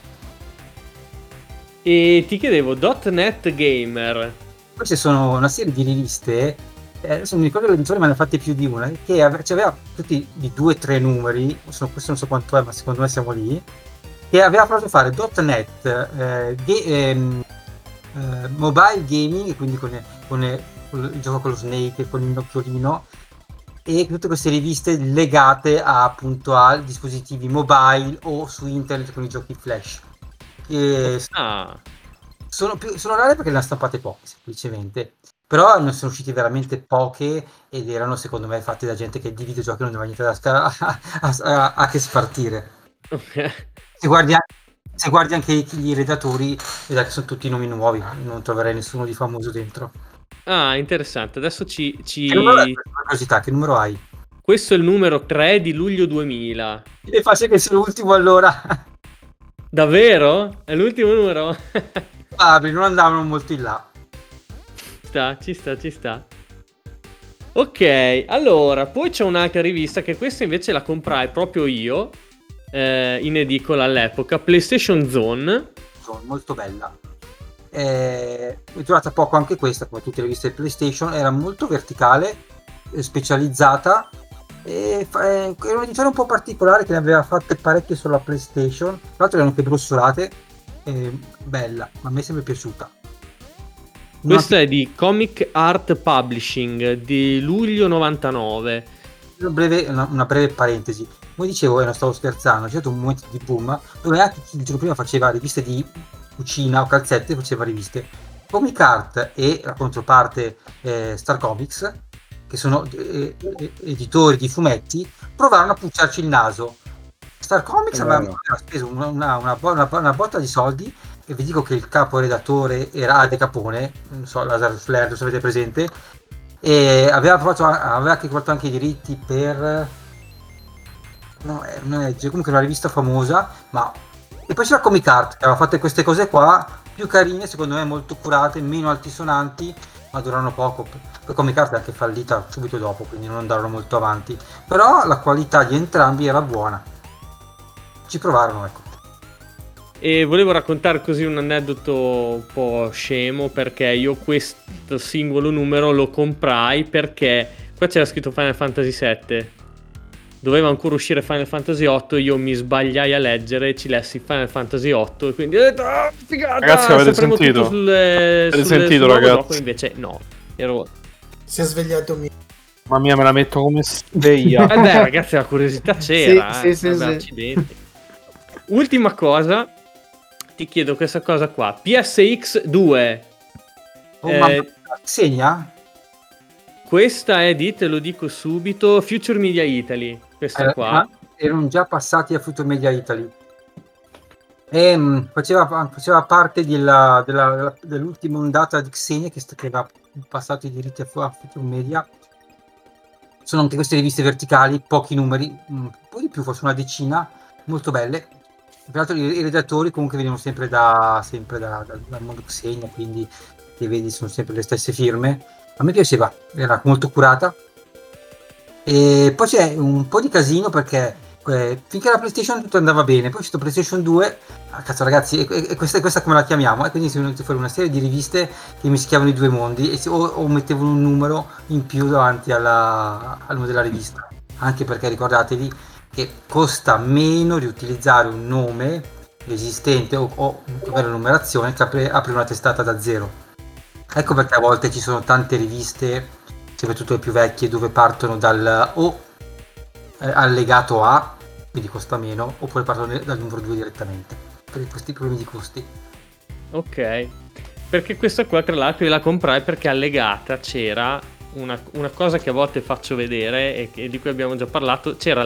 E ti chiedevo, .NET Gamer. Queste sono una serie di riviste, adesso mi ricordo che l'editore me ne ha fatte più di una, che aveva tutti di 2-3 numeri, questo non so quanto è, ma secondo me siamo lì, che aveva provato a fare .NET mobile gaming, quindi con il gioco con lo Snake, con il nocchiolino, e tutte queste riviste legate appunto a dispositivi mobile o su internet con i giochi flash. Sono rare perché le hanno stampate poche, semplicemente, però ne sono usciti veramente poche ed erano secondo me fatte da gente che di videogiochi non aveva niente a che spartire. Okay. Se guardi anche gli redattori, vedrai che sono tutti nomi nuovi, non troverai nessuno di famoso dentro. Ah, interessante. Adesso ci... Che numero hai? Questo è il numero 3 di luglio 2000. È facile che sia l'ultimo allora. Davvero? È l'ultimo numero? Non andavano molto in là. Ci sta. Ok, allora, poi c'è un'altra rivista che questa invece la comprai proprio io, in edicola all'epoca, PlayStation Zone. Molto bella. È durata poco anche questa, come tutte le riviste del PlayStation, era molto verticale, specializzata, e era un editore un po' particolare che ne aveva fatte parecchie sulla PlayStation, tra l'altro erano anche brossolate, bella, ma a me è sempre piaciuta. Questa è di Comic Art Publishing di luglio 99. Una breve parentesi, come dicevo, non stavo scherzando, c'è stato un momento di boom dove anche chi il giorno prima faceva riviste di cucina o calzette, faceva riviste. Comic Art e la controparte Star Comics, che sono editori di fumetti, provarono a pucciarci il naso. Star Comics aveva speso una botta di soldi, e vi dico che il capo redattore era Ade Capone, non so, Lazar Flair, se avete presente, e aveva anche comprato anche i diritti per comunque una rivista famosa, e poi c'era Comic Art che aveva fatto queste cose qua più carine, secondo me molto curate, meno altisonanti, ma durano poco. Poi Comic Art è anche fallita subito dopo, quindi non andarono molto avanti, però la qualità di entrambi era buona, ci provarono, ecco. E volevo raccontare così un aneddoto un po' scemo, perché io questo singolo numero lo comprai perché qua c'era scritto Final Fantasy VII, doveva ancora uscire Final Fantasy VIII, io mi sbagliai a leggere e ci lessi Final Fantasy VIII, e quindi figata, ragazzi, avete sentito? Avete sentito, ragazzi? Gioco, invece no, si è svegliato mamma mia, me la metto come sveglia. Beh, ragazzi, la curiosità c'era. Sì. Accidenti. Ultima cosa, ti chiedo questa cosa qua. PSX 2. Xenia? Questa è te lo dico subito, Future Media Italy. Questa qua. Erano già passati a Future Media Italy. E faceva parte dell'ultima ondata di Xenia che aveva passato i diritti a Future Media. Sono anche queste riviste verticali, pochi numeri, un po' di più, forse una decina, molto belle. Peraltro i redattori comunque venivano sempre dal mondo Xenia, quindi che vedi sono sempre le stesse firme. A me piaceva, era molto curata. E poi c'è un po' di casino perché finché la PlayStation tutto andava bene, poi c'è stato PlayStation 2, cazzo ragazzi, e questa come la chiamiamo? E quindi si è venuta fuori una serie di riviste che mischiavano i due mondi e o mettevano un numero in più davanti al nome della rivista, anche perché ricordatevi che costa meno riutilizzare un nome esistente o avere la numerazione che aprire una testata da zero. Ecco perché a volte ci sono tante riviste, soprattutto le più vecchie, dove partono dal allegato A, quindi costa meno, oppure partono dal numero 2 direttamente, per questi problemi di costi. Ok, perché questa qua tra l'altro io la comprai perché allegata c'era una cosa che a volte faccio vedere e di cui abbiamo già parlato, c'era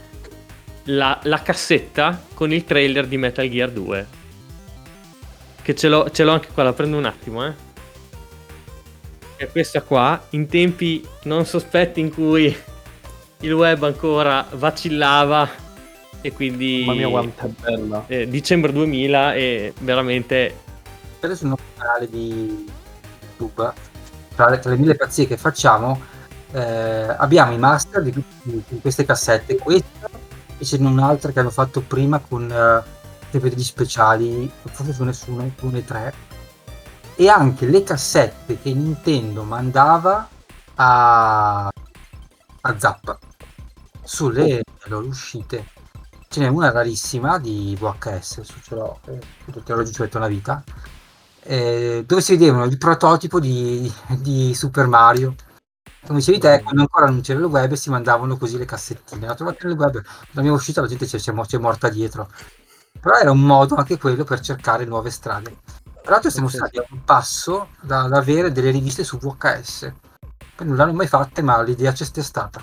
la cassetta con il trailer di Metal Gear 2, che ce l'ho anche qua, la prendo un attimo e questa qua, in tempi non sospetti in cui il web ancora vacillava e quindi mamma mia quanto è bella, dicembre 2000 e veramente Adesso sul nostro canale di YouTube, tra le mille pazzie che facciamo, abbiamo i master di queste cassette, questa e ce n'è un'altra che hanno fatto prima con degli speciali, forse ce ne sono 1 e 3, e anche le cassette che Nintendo mandava a Zappa sulle loro uscite. Ce n'è una rarissima di VHS, ce l'ho, te l'ho già una vita, dove si vedevano il prototipo di Super Mario. Come dicevi te, quando ancora non c'era il web si mandavano così le cassettine. La trovate nel web, la mia uscita la gente c'è morta dietro. Però era un modo anche quello per cercare nuove strade. Tra l'altro siamo stati a un passo da avere delle riviste su VHS. Poi non l'hanno mai fatte, ma l'idea c'è stata.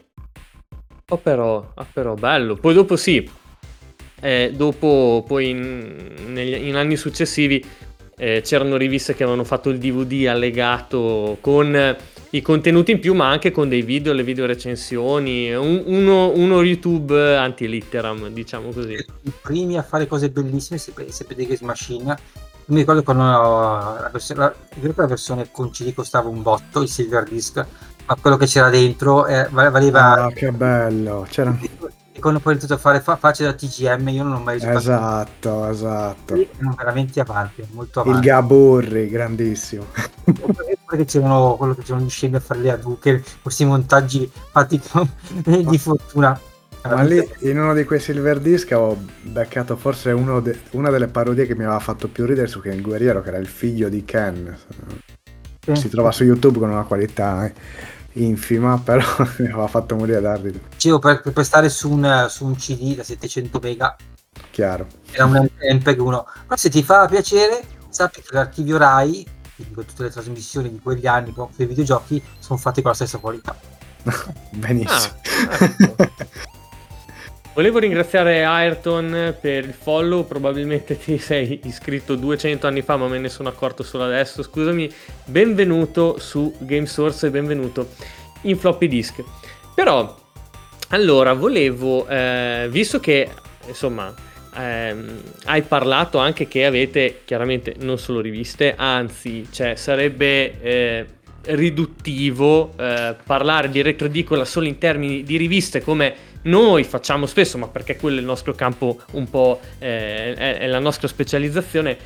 però bello. Poi dopo sì, dopo poi in anni successivi c'erano riviste che avevano fatto il DVD allegato con i contenuti in più, ma anche con dei video, le video recensioni, uno YouTube anti-litteram, diciamo così. I primi a fare cose bellissime, sempre Games Machine. Mi ricordo quando la versione con CD costava un botto, il Silver Disc, ma quello che c'era dentro valeva... Ah, che bello! C'era... E quando poi ho iniziato a fare facce da TGM, io non ho mai Esatto. Erano veramente avanti, molto avanti. Il Gaburri, grandissimo. Perché c'erano gli scemi a fare le Hadouken, questi montaggi fatti di fortuna. Ma lì in uno di quei Silver Disc ho beccato forse una delle parodie che mi aveva fatto più ridere su Ken il Guerriero, che era il figlio di Ken. Si trova su YouTube con una qualità infima, però mi aveva fatto morire da ridere. Dicevo, per stare su un CD da 700 mega, chiaro, era un MPEG 1. Ma se ti fa piacere, sappi che l'archivio Rai, con tutte le trasmissioni di quegli anni dei videogiochi, sono fatti con la stessa qualità. Benissimo. Ecco. Volevo ringraziare Ayrton per il follow, probabilmente ti sei iscritto 200 anni fa, ma me ne sono accorto solo adesso, scusami. Benvenuto su GameSource e benvenuto in Floppy Disk. Però, allora, volevo, visto che, insomma, hai parlato anche che avete, chiaramente, non solo riviste, anzi, cioè, sarebbe riduttivo parlare di retroedicola solo in termini di riviste, come noi facciamo spesso, ma perché quello è il nostro campo, un po' è la nostra specializzazione.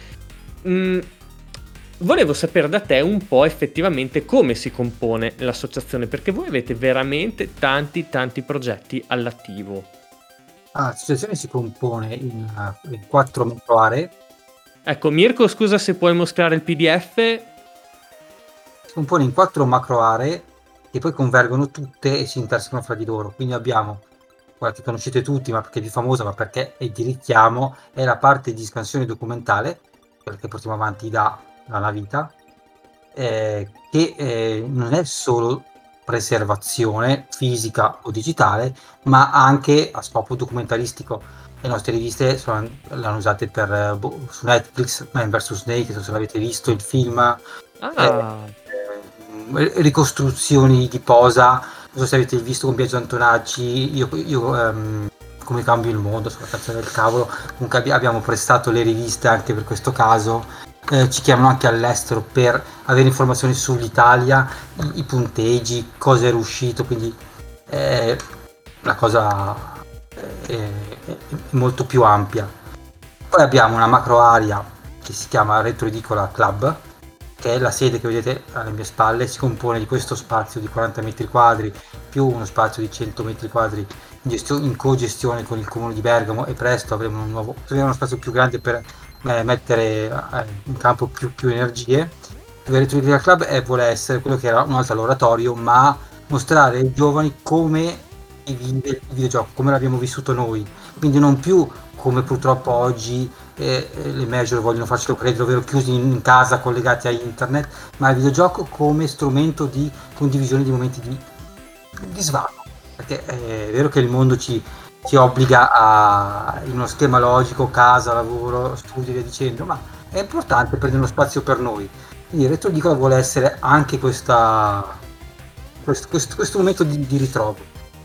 Volevo sapere da te un po' effettivamente come si compone l'associazione, perché voi avete veramente tanti progetti all'attivo. L'associazione si compone in 4 macro aree. Ecco, Mirko, scusa se puoi mostrare il PDF. Si compone in 4 macro aree che poi convergono tutte e si intersecano fra di loro. Quindi abbiamo quella che conoscete tutti, ma perché è più famosa, ma perché è di richiamo, è la parte di scansione documentale, quella che portiamo avanti da una vita, che non è solo preservazione fisica o digitale, ma anche a scopo documentaristico. Le nostre riviste l'hanno usate per su Netflix, Man vs Snake, se l'avete visto il film, ricostruzioni di posa, non so se avete visto con Biagio Antonacci, io come cambio il mondo, sulla canzone del cavolo. Comunque abbiamo prestato le riviste anche per questo caso. Ci chiamano anche all'estero per avere informazioni sull'Italia, i punteggi, cosa è uscito, quindi la cosa è molto più ampia. Poi abbiamo una macro area che si chiama Retro Edicola Club, che è la sede che vedete alle mie spalle. Si compone di questo spazio di 40 metri quadri più uno spazio di 100 metri quadri in co-gestione con il comune di Bergamo, e presto avremo uno spazio più grande per mettere in campo più energie. Il Retro Edicola Club vuole essere quello che era un altro laboratorio, ma mostrare ai giovani come il videogioco, come l'abbiamo vissuto noi, quindi non più come purtroppo oggi le major vogliono farcelo credere, ovvero chiusi in casa collegati a internet, ma il videogioco come strumento di condivisione di momenti di svago, perché è vero che il mondo ci obbliga in uno schema logico, casa, lavoro, studi e via dicendo, ma è importante prendere uno spazio per noi. Quindi il Retro Edicola vuole essere anche questo momento di ritrovo.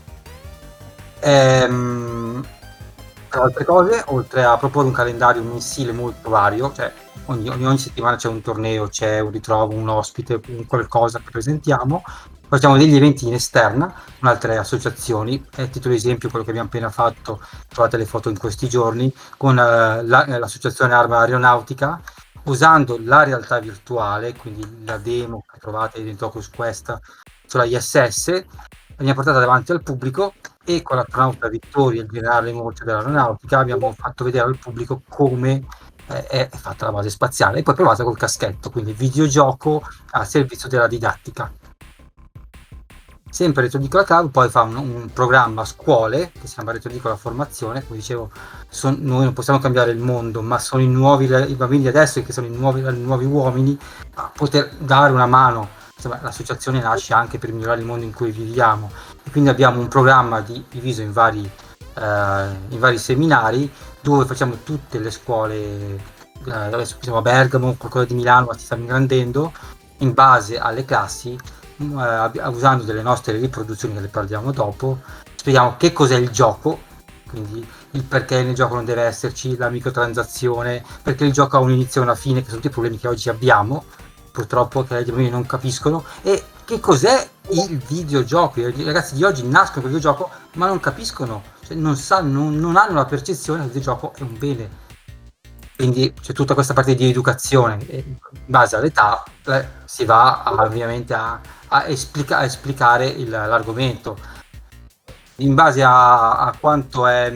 Tra altre cose, oltre a proporre un calendario mensile molto vario, cioè ogni settimana c'è un torneo, c'è un ritrovo, un ospite, qualcosa che presentiamo, facciamo degli eventi in esterna con altre associazioni. A titolo esempio quello che abbiamo appena fatto, trovate le foto in questi giorni, con l'associazione Arma Aeronautica, usando la realtà virtuale, quindi la demo che trovate dentro Oculus Quest sulla ISS, l'abbiamo portata davanti al pubblico, e con l'astronauta Vittorio, il generale Morte dell'aeronautica, abbiamo fatto vedere al pubblico come è fatta la base spaziale, e poi provata col caschetto, quindi videogioco a servizio della didattica. Sempre Retro Edicola Club poi fa un programma a scuole che si chiama Retro Edicola Formazione. Come dicevo, noi non possiamo cambiare il mondo, ma sono i bambini di adesso, che sono i nuovi uomini, a poter dare una mano. Insomma, l'associazione nasce anche per migliorare il mondo in cui viviamo, e quindi abbiamo un programma diviso in vari seminari, dove facciamo tutte le scuole. Adesso siamo a Bergamo, qualcosa di Milano, ma si sta ingrandendo in base alle classi, usando delle nostre riproduzioni che le parliamo dopo. Spieghiamo che cos'è il gioco, quindi il perché nel gioco non deve esserci la microtransazione, perché il gioco ha un inizio e una fine, che sono tutti i problemi che oggi abbiamo purtroppo, che i bambini non capiscono, e che cos'è il videogioco. I ragazzi di oggi nascono con il videogioco ma non capiscono, cioè non hanno la percezione che il videogioco è un bene. Quindi c'è tutta questa parte di educazione, e in base all'età si va ovviamente a esplicare l'argomento in base a quanto è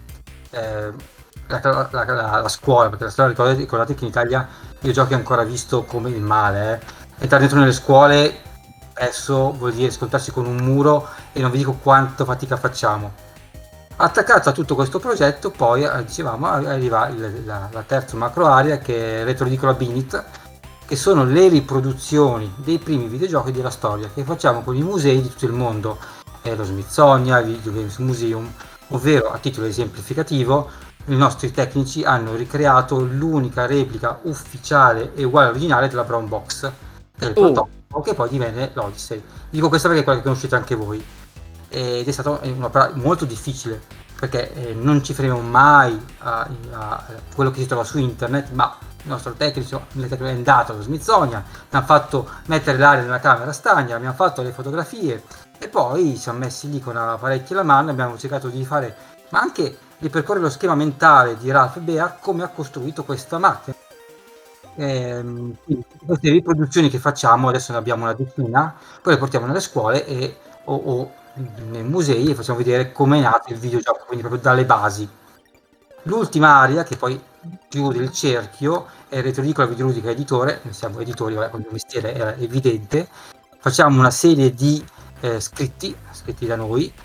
la scuola, perché la scuola, ricordate che in Italia il videogioco è ancora visto come il male. Entrare dentro nelle scuole spesso vuol dire scontarsi con un muro, e non vi dico quanto fatica facciamo. Attaccato a tutto questo progetto, poi dicevamo, arriva la terza macro area, che è Retro Edicola Binit, che sono le riproduzioni dei primi videogiochi della storia che facciamo con i musei di tutto il mondo, lo Smithsonian, il Video Games Museum, ovvero, a titolo esemplificativo, i nostri tecnici hanno ricreato l'unica replica ufficiale e uguale all'originale della Brown Box, che è il prototipo che poi divenne l'Odyssey. Dico questa perché è quella che conoscete anche voi, ed è stata un'opera molto difficile, perché non ci fermiamo mai a quello che si trova su internet, ma il nostro tecnico è andato allo Smithsonian, mi hanno fatto mettere l'aria nella camera stagna, abbiamo fatto le fotografie, e poi ci siamo messi lì con apparecchi alla mano, abbiamo cercato di fare, ma anche di percorrere lo schema mentale di Ralph Baer, come ha costruito questa macchina. Quindi queste riproduzioni che facciamo, adesso ne abbiamo una decina, poi le portiamo nelle scuole o nei musei, e facciamo vedere come è nato il videogioco, quindi proprio dalle basi. L'ultima area, che poi chiude il cerchio, è Retro Edicola Videoludica Editore. Noi siamo editori, con il mestiere era evidente. Facciamo una serie di scritti da noi,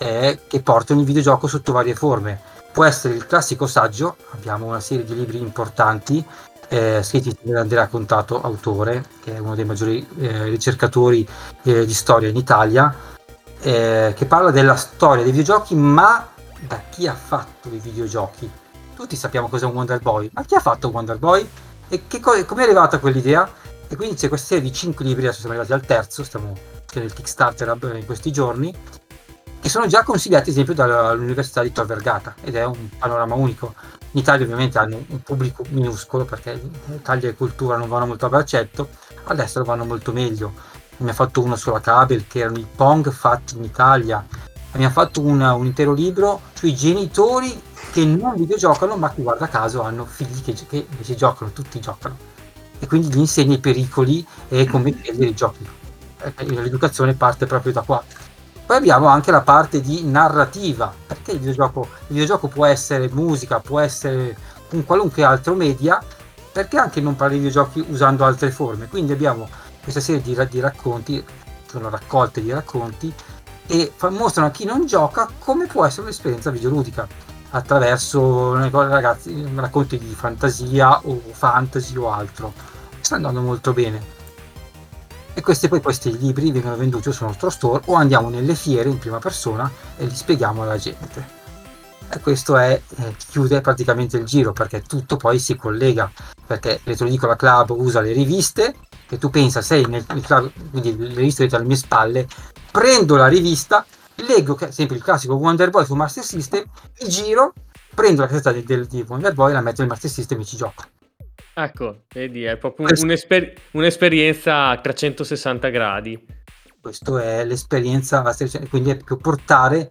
che portano il videogioco sotto varie forme. Può essere il classico saggio, abbiamo una serie di libri importanti scritti da Andrea Contato, autore, che è uno dei maggiori ricercatori di storia in Italia, che parla della storia dei videogiochi, ma da chi ha fatto i videogiochi. Tutti sappiamo cos'è un Wonder Boy, ma chi ha fatto Wonder Boy? E come è arrivata quell'idea? E quindi c'è questa serie di 5 libri, adesso siamo arrivati al terzo, stiamo nel Kickstarter in questi giorni, che sono già consigliati, ad esempio, dall'Università di Tor Vergata, ed è un panorama unico. In Italia ovviamente hanno un pubblico minuscolo, perché Italia e cultura non vanno molto a braccetto, all'estero vanno molto meglio. Mi ha fatto uno sulla Cabel, che erano i Pong fatti in Italia. Mi ha fatto un intero libro sui genitori che non videgiocano, ma che guarda caso hanno figli che invece giocano, tutti giocano. E quindi gli insegna i pericoli e come prendere i giochi. L'educazione parte proprio da qua. Poi abbiamo anche la parte di narrativa, perché il videogioco può essere musica, può essere un qualunque altro media, perché anche non parlare di videogiochi usando altre forme. Quindi abbiamo questa serie di racconti, sono raccolte di racconti, e mostrano a chi non gioca come può essere un'esperienza videoludica, attraverso racconti di fantasia o fantasy o altro. Sta andando molto bene. E questi libri vengono venduti sul nostro store o andiamo nelle fiere in prima persona e li spieghiamo alla gente. E questo chiude praticamente il giro, perché tutto poi si collega, perché l'Elettroedicola Club usa le riviste, che tu pensa sei nel club, quindi le riviste alle mie spalle, prendo la rivista, leggo ad esempio il classico Wonder Boy su Master System, il giro, prendo la cassetta di Wonder Boy, la metto nel Master System e ci gioco. Ecco, vedi, è proprio un'esperienza a 360 gradi. Questa è l'esperienza, quindi è più portare,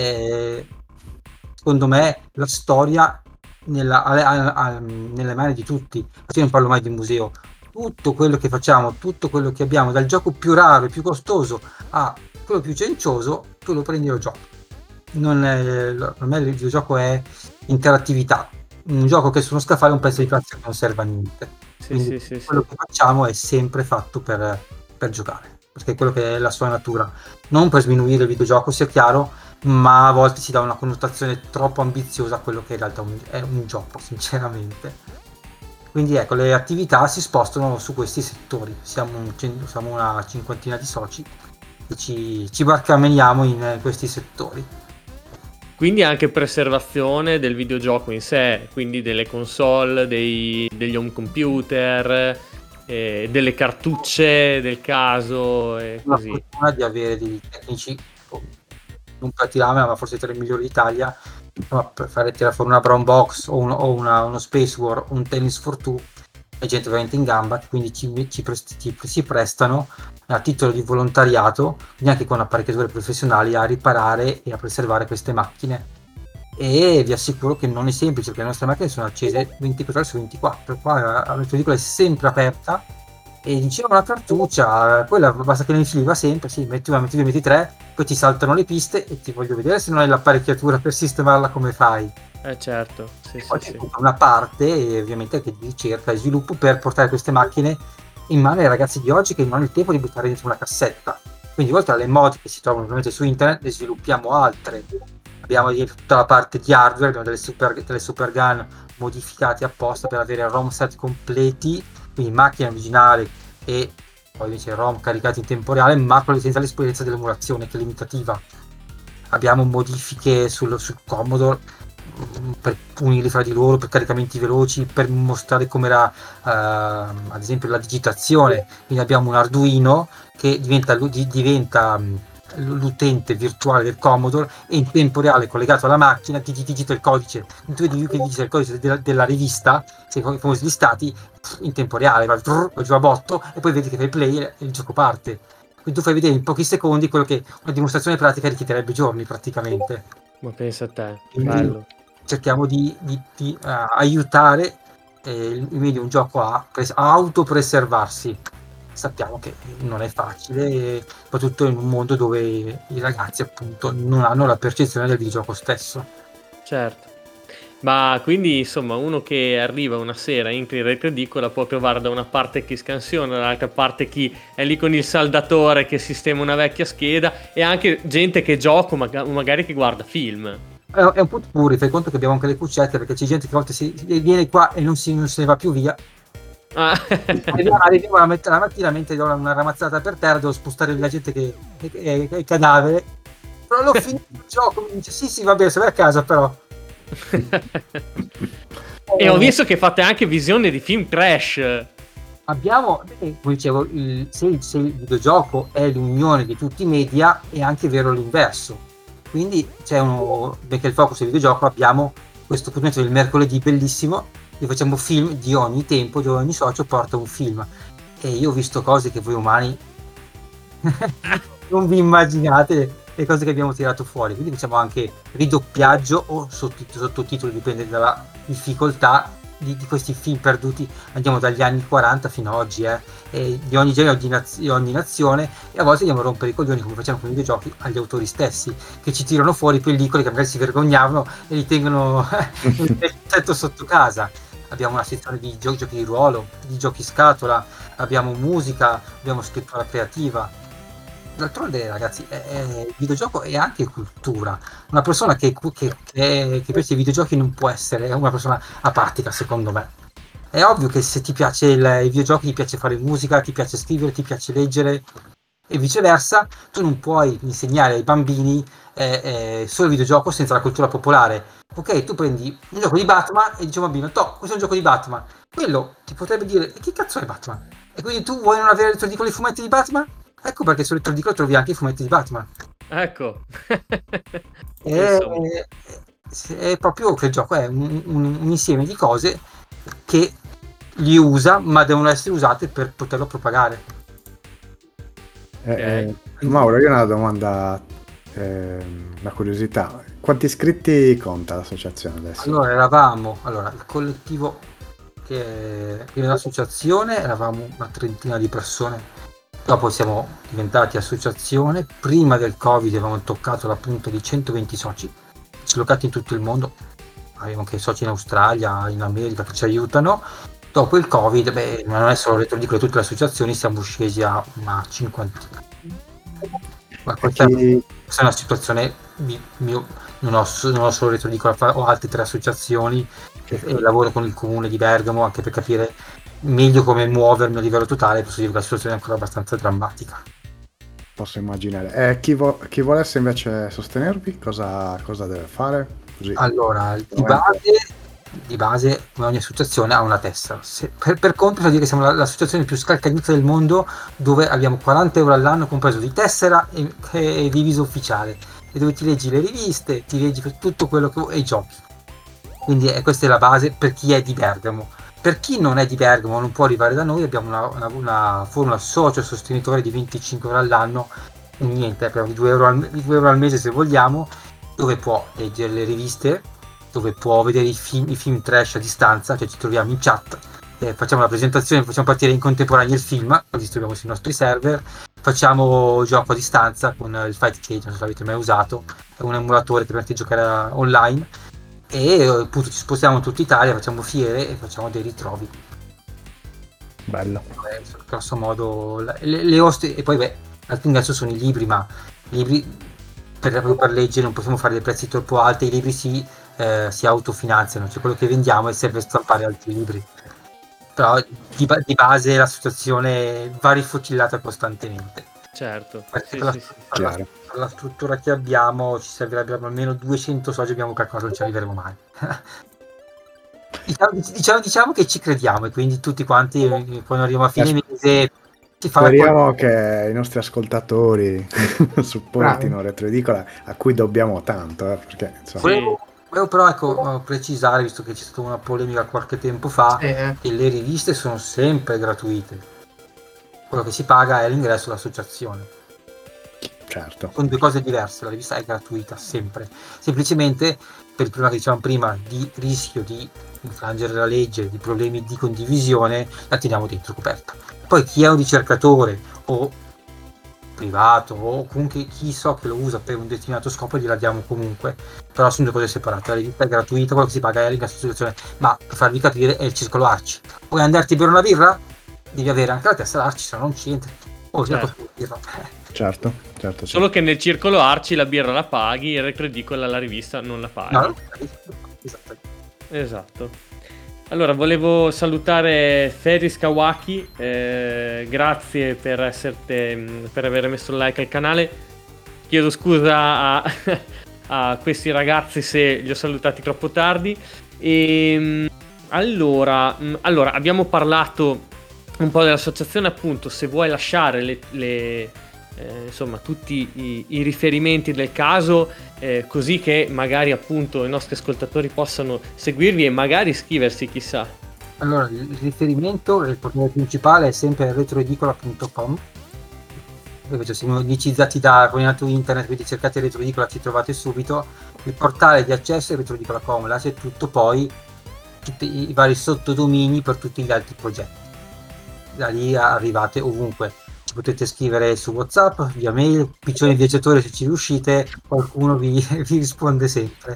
secondo me, la storia nelle mani di tutti. Io non parlo mai di museo. Tutto quello che facciamo, tutto quello che abbiamo, dal gioco più raro e più costoso a quello più cencioso, tu lo prendi e lo giochi. Per me il videogioco è interattività. Un gioco che su uno scaffale è un pezzo di plastica che non serve a niente. Quindi quello che facciamo è sempre fatto per giocare, perché è quello che è la sua natura. Non per sminuire il videogioco, sia chiaro, ma a volte si dà una connotazione troppo ambiziosa a quello che in realtà è un gioco, sinceramente. Quindi ecco, le attività si spostano su questi settori. Siamo una cinquantina di soci e ci barcameniamo in questi settori. Quindi anche preservazione del videogioco in sé, quindi delle console, degli home computer, delle cartucce del caso e così. La fortuna di avere dei tecnici, non per tirare, ma forse tra i migliori d'Italia, per fare tirare fuori una Brown Box o uno Space War, un Tennis for Two, è gente veramente in gamba, quindi si prestano a titolo di volontariato, neanche con apparecchiature professionali, a riparare e a preservare queste macchine. E vi assicuro che non è semplice, perché le nostre macchine sono accese 24 ore su 24. Qua l'elettroedicola è sempre aperta e diceva una cartuccia, quella basta che ne infili, va sempre, sì, metti una, metti due, metti tre, poi ti saltano le piste e ti voglio vedere se non hai l'apparecchiatura per sistemarla, come fai. Certo, poi c'è una parte ovviamente che di ricerca e sviluppo per portare queste macchine in mano ai ragazzi di oggi che non hanno il tempo di buttare dentro una cassetta. Quindi oltre alle mod che si trovano ovviamente su internet, ne sviluppiamo altre. Abbiamo tutta la parte di hardware, abbiamo delle super gun modificate apposta per avere ROM set completi, quindi macchina originale e poi invece ROM caricati in tempo reale, ma senza l'esperienza dell'emulazione, che è limitativa. Abbiamo modifiche sul Commodore per unirli fra di loro, per caricamenti veloci, per mostrare com'era ad esempio la digitazione. Quindi abbiamo un Arduino che diventa l'utente virtuale del Commodore e in tempo reale collegato alla macchina ti digita il codice. Tu vedi che digita il codice della rivista, i famosi listati, in tempo reale, va giù a botto e poi vedi che fai play e il gioco parte. Quindi tu fai vedere in pochi secondi quello che una dimostrazione pratica richiederebbe giorni praticamente. Ma pensa a te, quindi bello. Cerchiamo di aiutare un gioco a autopreservarsi. Sappiamo che non è facile, soprattutto in un mondo dove i ragazzi appunto non hanno la percezione del videogioco stesso. Certo. Ma quindi insomma uno che arriva una sera, entra in retroedicola, può trovare da una parte chi scansiona, dall'altra parte chi è lì con il saldatore che sistema una vecchia scheda, e anche gente che gioca, magari che guarda film. È un po' puri, fai conto che abbiamo anche le cuccette, perché c'è gente che a volte viene qua e non se ne va più via. Arriviamo la mattina mentre do una ramazzata per terra, devo spostare la gente che è il cadavere, però l'ho finito il gioco, mi dice sì va bene, se vai a casa però. E ho visto che fate anche visione di film trash. Abbiamo, come dicevo, se il videogioco è l'unione di tutti i media, è anche vero l'inverso. Quindi c'è perché il focus del videogioco, abbiamo questo appuntamento del mercoledì bellissimo, dove facciamo film di ogni tempo, dove ogni socio porta un film. E io ho visto cose che voi umani non vi immaginate, le cose che abbiamo tirato fuori. Quindi facciamo anche ridoppiaggio o sottotitoli, dipende dalla difficoltà di questi film perduti. Andiamo dagli anni 40 fino ad oggi, di ogni genere, di ogni nazione, e a volte andiamo a rompere i coglioni, come facciamo con i videogiochi, agli autori stessi, che ci tirano fuori pellicole che magari si vergognavano e li tengono sotto casa. Abbiamo una sezione di giochi di ruolo, di giochi scatola, abbiamo musica, abbiamo scrittura creativa. D'altronde, ragazzi, il videogioco è anche cultura. Una persona che piace i videogiochi non può essere una persona apatica, secondo me. È ovvio che se ti piace i videogiochi, ti piace fare musica, ti piace scrivere, ti piace leggere e viceversa. Tu non puoi insegnare ai bambini solo il videogioco senza la cultura popolare. Ok, tu prendi un gioco di Batman e dici a un bambino: questo è un gioco di Batman. Quello ti potrebbe dire: che cazzo è Batman? E quindi tu vuoi non avere il retroedicola di fumetti di Batman? Ecco perché sul retroedicola trovi anche i fumetti di Batman. Ecco. È proprio che il gioco è un insieme di cose che li usa, ma devono essere usate per poterlo propagare. Mauro, io ho una domanda, una curiosità. Quanti iscritti conta l'associazione adesso? Allora, il collettivo che prima dell'associazione eravamo una trentina di persone. Dopo siamo diventati associazione. Prima del Covid avevamo toccato la punta di 120 soci, dislocati in tutto il mondo. Abbiamo anche soci in Australia, in America che ci aiutano. Dopo il Covid, non è solo retroedicola, tutte le associazioni, siamo scesi a una cinquantina. Ma questa è una situazione non ho solo retroedicola, ho altre 3 associazioni e lavoro con il comune di Bergamo anche per capire meglio come muovermi a livello totale. Posso dire che la situazione è ancora abbastanza drammatica. Posso immaginare. Chi volesse invece sostenervi, cosa deve fare? Così. Allora, di base come ogni associazione ha una tessera. Per contro, dire che siamo l'associazione più scalcagnita del mondo, dove abbiamo 40 euro all'anno compreso di tessera e divisa ufficiale, e dove ti leggi le riviste, ti leggi tutto quello che vuoi e i giochi. Quindi questa è la base per chi è di Bergamo. Per chi non è di Bergamo, non può arrivare da noi, abbiamo una formula socio sostenitore di 25 euro all'anno, niente, abbiamo 2 euro al mese se vogliamo, dove può leggere le riviste, dove può vedere i film trash a distanza, cioè ci troviamo in chat, facciamo la presentazione, facciamo partire in contemporanea il film, lo distribuiamo sui nostri server, facciamo gioco a distanza con il Fight Cage, non so se l'avete mai usato, è un emulatore che permette di giocare online, e appunto ci spostiamo in tutta Italia, facciamo fiere e facciamo dei ritrovi. Bello. Grosso modo le hoste, e poi adesso sono i libri, ma i libri per leggere non possiamo fare dei prezzi troppo alti, i libri si autofinanziano, cioè quello che vendiamo è sempre stampare altri libri, però di base l'associazione va rifocillata costantemente. Certo, per la struttura che abbiamo ci servirebbero almeno 200 soci, abbiamo calcolato non ci arriveremo mai. diciamo che ci crediamo, e quindi tutti quanti quando arriviamo a fine mese speriamo che i nostri ascoltatori supportino Retroedicola, a cui dobbiamo tanto, perché insomma... Volevo però precisare, visto che c'è stata una polemica qualche tempo fa, che le riviste sono sempre gratuite. Quello che si paga è l'ingresso all'associazione. Certo. Sono due cose diverse, la rivista è gratuita sempre. Semplicemente, per il problema che dicevamo prima, di rischio di infrangere la legge, di problemi di condivisione, la teniamo dentro coperta. Poi chi è un ricercatore o privato o comunque chi so che lo usa per un determinato scopo gliela diamo comunque, però sono due cose separate. La rivista è gratuita, quello che si paga è la sostituzione, ma per farvi capire è il circolo Arci. Vuoi andarti per una birra? Devi avere anche la testa Arci, se no non ci entri. Birra. Certo. Solo che nel circolo Arci la birra la paghi, il retroedicola la rivista non la paghi. No, esatto. Allora, volevo salutare Feris Kawaki, grazie per aver messo il like al canale. Chiedo scusa a questi ragazzi se li ho salutati troppo tardi. Allora, abbiamo parlato un po' dell'associazione, appunto. Se vuoi lasciare insomma tutti i riferimenti del caso, così che magari appunto i nostri ascoltatori possano seguirvi e magari iscriversi, chissà. Allora, il riferimento, il portale principale è sempre retroedicola.com. Siamo indicizzati da coordinato internet, quindi cercate Retroedicola, ci trovate subito. Il portale di accesso è retroedicola.com, là c'è tutto, poi tutti i vari sottodomini per tutti gli altri progetti. Da lì arrivate ovunque. Potete scrivere su WhatsApp, via mail, piccioni viaggiatori, se ci riuscite, qualcuno vi risponde sempre.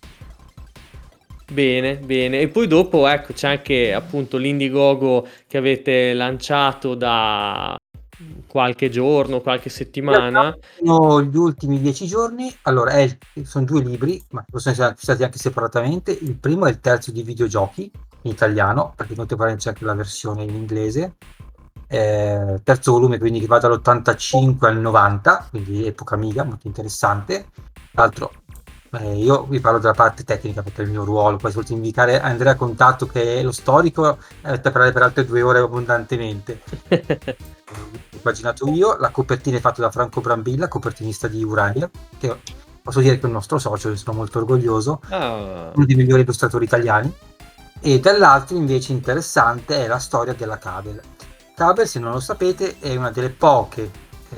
Bene. E poi dopo, ecco, c'è anche appunto l'Indiegogo che avete lanciato da qualche giorno, qualche settimana. Sono gli ultimi 10 giorni. Allora, sono 2 libri, ma possono essere acquistati anche separatamente. Il primo è il terzo di videogiochi in italiano, perché molto probabilmente c'è anche la versione in inglese. Terzo volume, quindi che va dall'85 al 90, quindi epoca Amiga, molto interessante. Tra l'altro io vi parlo della parte tecnica perché è il mio ruolo, poi se volete indicare Andrea Contatto che è lo storico, parlare per altre 2 ore abbondantemente. Ho paginato io, la copertina è fatta da Franco Brambilla, copertinista di Urania, che posso dire che è un nostro socio, ne sono molto orgoglioso, uno dei migliori illustratori italiani. E dall'altro invece interessante è la storia della Cabel. Cabel, se non lo sapete, è una delle poche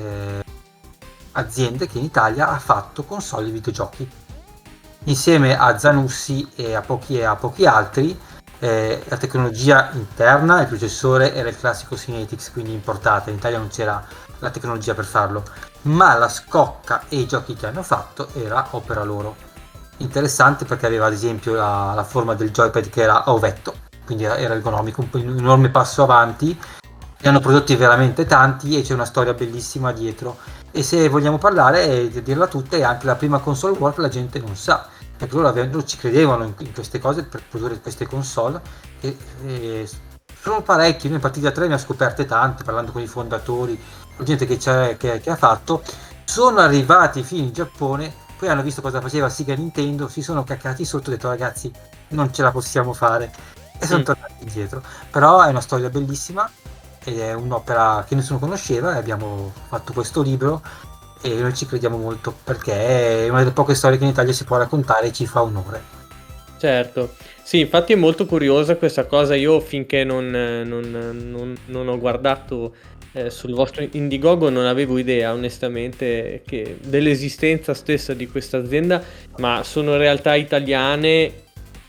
aziende che in Italia ha fatto console di videogiochi. Insieme a Zanussi e a pochi altri, la tecnologia interna, il processore era il classico Synetics, quindi importata. In Italia non c'era la tecnologia per farlo, ma la scocca e i giochi che hanno fatto era opera loro. Interessante perché aveva ad esempio la forma del joypad che era a ovetto, quindi era ergonomico, un enorme passo avanti. Ne hanno prodotti veramente tanti e c'è una storia bellissima dietro. E se vogliamo parlare, di dirla tutta, è anche la prima console war che la gente non sa, perché loro ci credevano in queste cose per produrre queste console, e sono parecchi. Noi in partita 3 ne ha scoperte tante, parlando con i fondatori, con gente che ha fatto. Sono arrivati fino in Giappone, poi hanno visto cosa faceva Sega Nintendo, si sono caccati sotto e detto ragazzi non ce la possiamo fare, e sono tornati indietro. Però è una storia bellissima ed è un'opera che nessuno conosceva, e abbiamo fatto questo libro e noi ci crediamo molto perché è una delle poche storie che in Italia si può raccontare e ci fa onore. Certo, sì, infatti è molto curiosa questa cosa. Io finché non ho guardato sul vostro Indiegogo non avevo idea onestamente dell'esistenza stessa di questa azienda, ma sono realtà italiane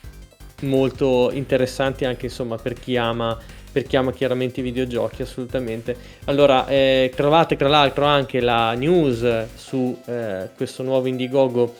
molto interessanti anche insomma per chi ama chiaramente i videogiochi, assolutamente. Allora, trovate tra l'altro anche la news su questo nuovo Indiegogo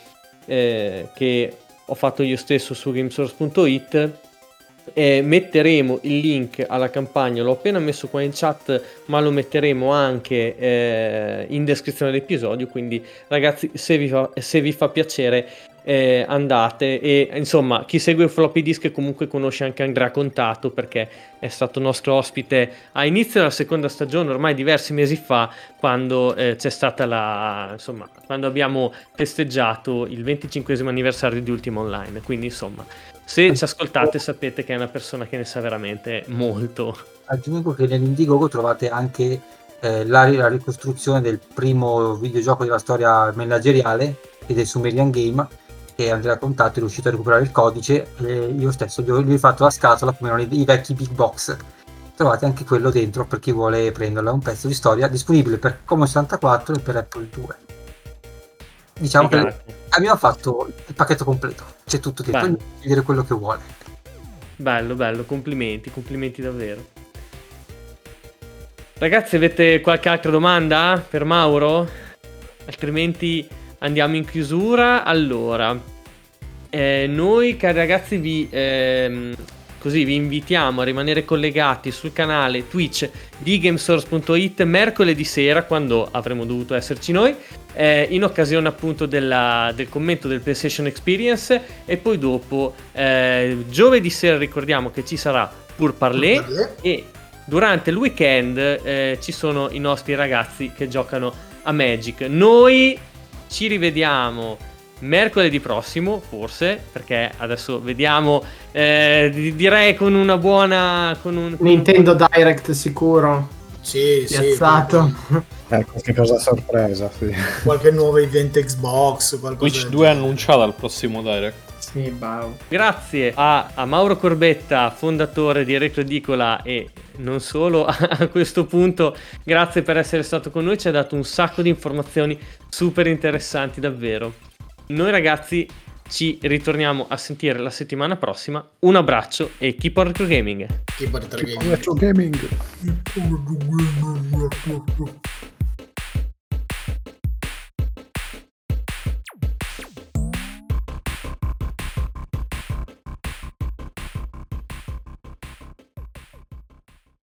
che ho fatto io stesso su gamesource.it. Metteremo il link alla campagna, l'ho appena messo qua in chat, ma lo metteremo anche in descrizione dell'episodio, quindi ragazzi, se vi fa piacere andate. E insomma, chi segue il Floppy Disk comunque conosce anche Andrea Contatto, perché è stato nostro ospite a inizio della seconda stagione, ormai diversi mesi fa, quando c'è stata quando abbiamo festeggiato il 25esimo anniversario di Ultima Online. Quindi insomma, se ci ascoltate sapete che è una persona che ne sa veramente molto. Aggiungo che nell'Indiegogo trovate anche la ricostruzione del primo videogioco della storia manageriale e del Sumerian Game, che Andrea Contatto è riuscito a recuperare il codice, e io stesso gli ho fatto la scatola come erano i vecchi big box. Trovate anche quello dentro per chi vuole prenderla, un pezzo di storia disponibile per Commodore 64 e per Apple II. Diciamo che abbiamo fatto il pacchetto completo, c'è tutto dentro, puoi vedere quello che vuole. Bello, complimenti davvero. Ragazzi, avete qualche altra domanda per Mauro? Altrimenti andiamo in chiusura. Allora, noi cari ragazzi vi invitiamo a rimanere collegati sul canale Twitch di Gamesource.it mercoledì sera, quando avremmo dovuto esserci noi, in occasione appunto del commento del PlayStation Experience, e poi dopo giovedì sera ricordiamo che ci sarà Pur Parler, e durante il weekend ci sono i nostri ragazzi che giocano a Magic. Noi ci rivediamo mercoledì prossimo, forse, perché adesso vediamo, direi con una buona... Nintendo Direct sicuro. Sì, piazzato. Qualche cosa a sorpresa, sì. Qualche nuovo evento Xbox, qualcosa. Twitch 2 è annunciata al prossimo Direct. Sì, wow. Grazie a Mauro Corbetta, fondatore di Retro Edicola, e non solo a questo punto, grazie per essere stato con noi, ci ha dato un sacco di informazioni super interessanti davvero. Noi ragazzi ci ritorniamo a sentire la settimana prossima, un abbraccio e keep on retro gaming. Keep on retro gaming.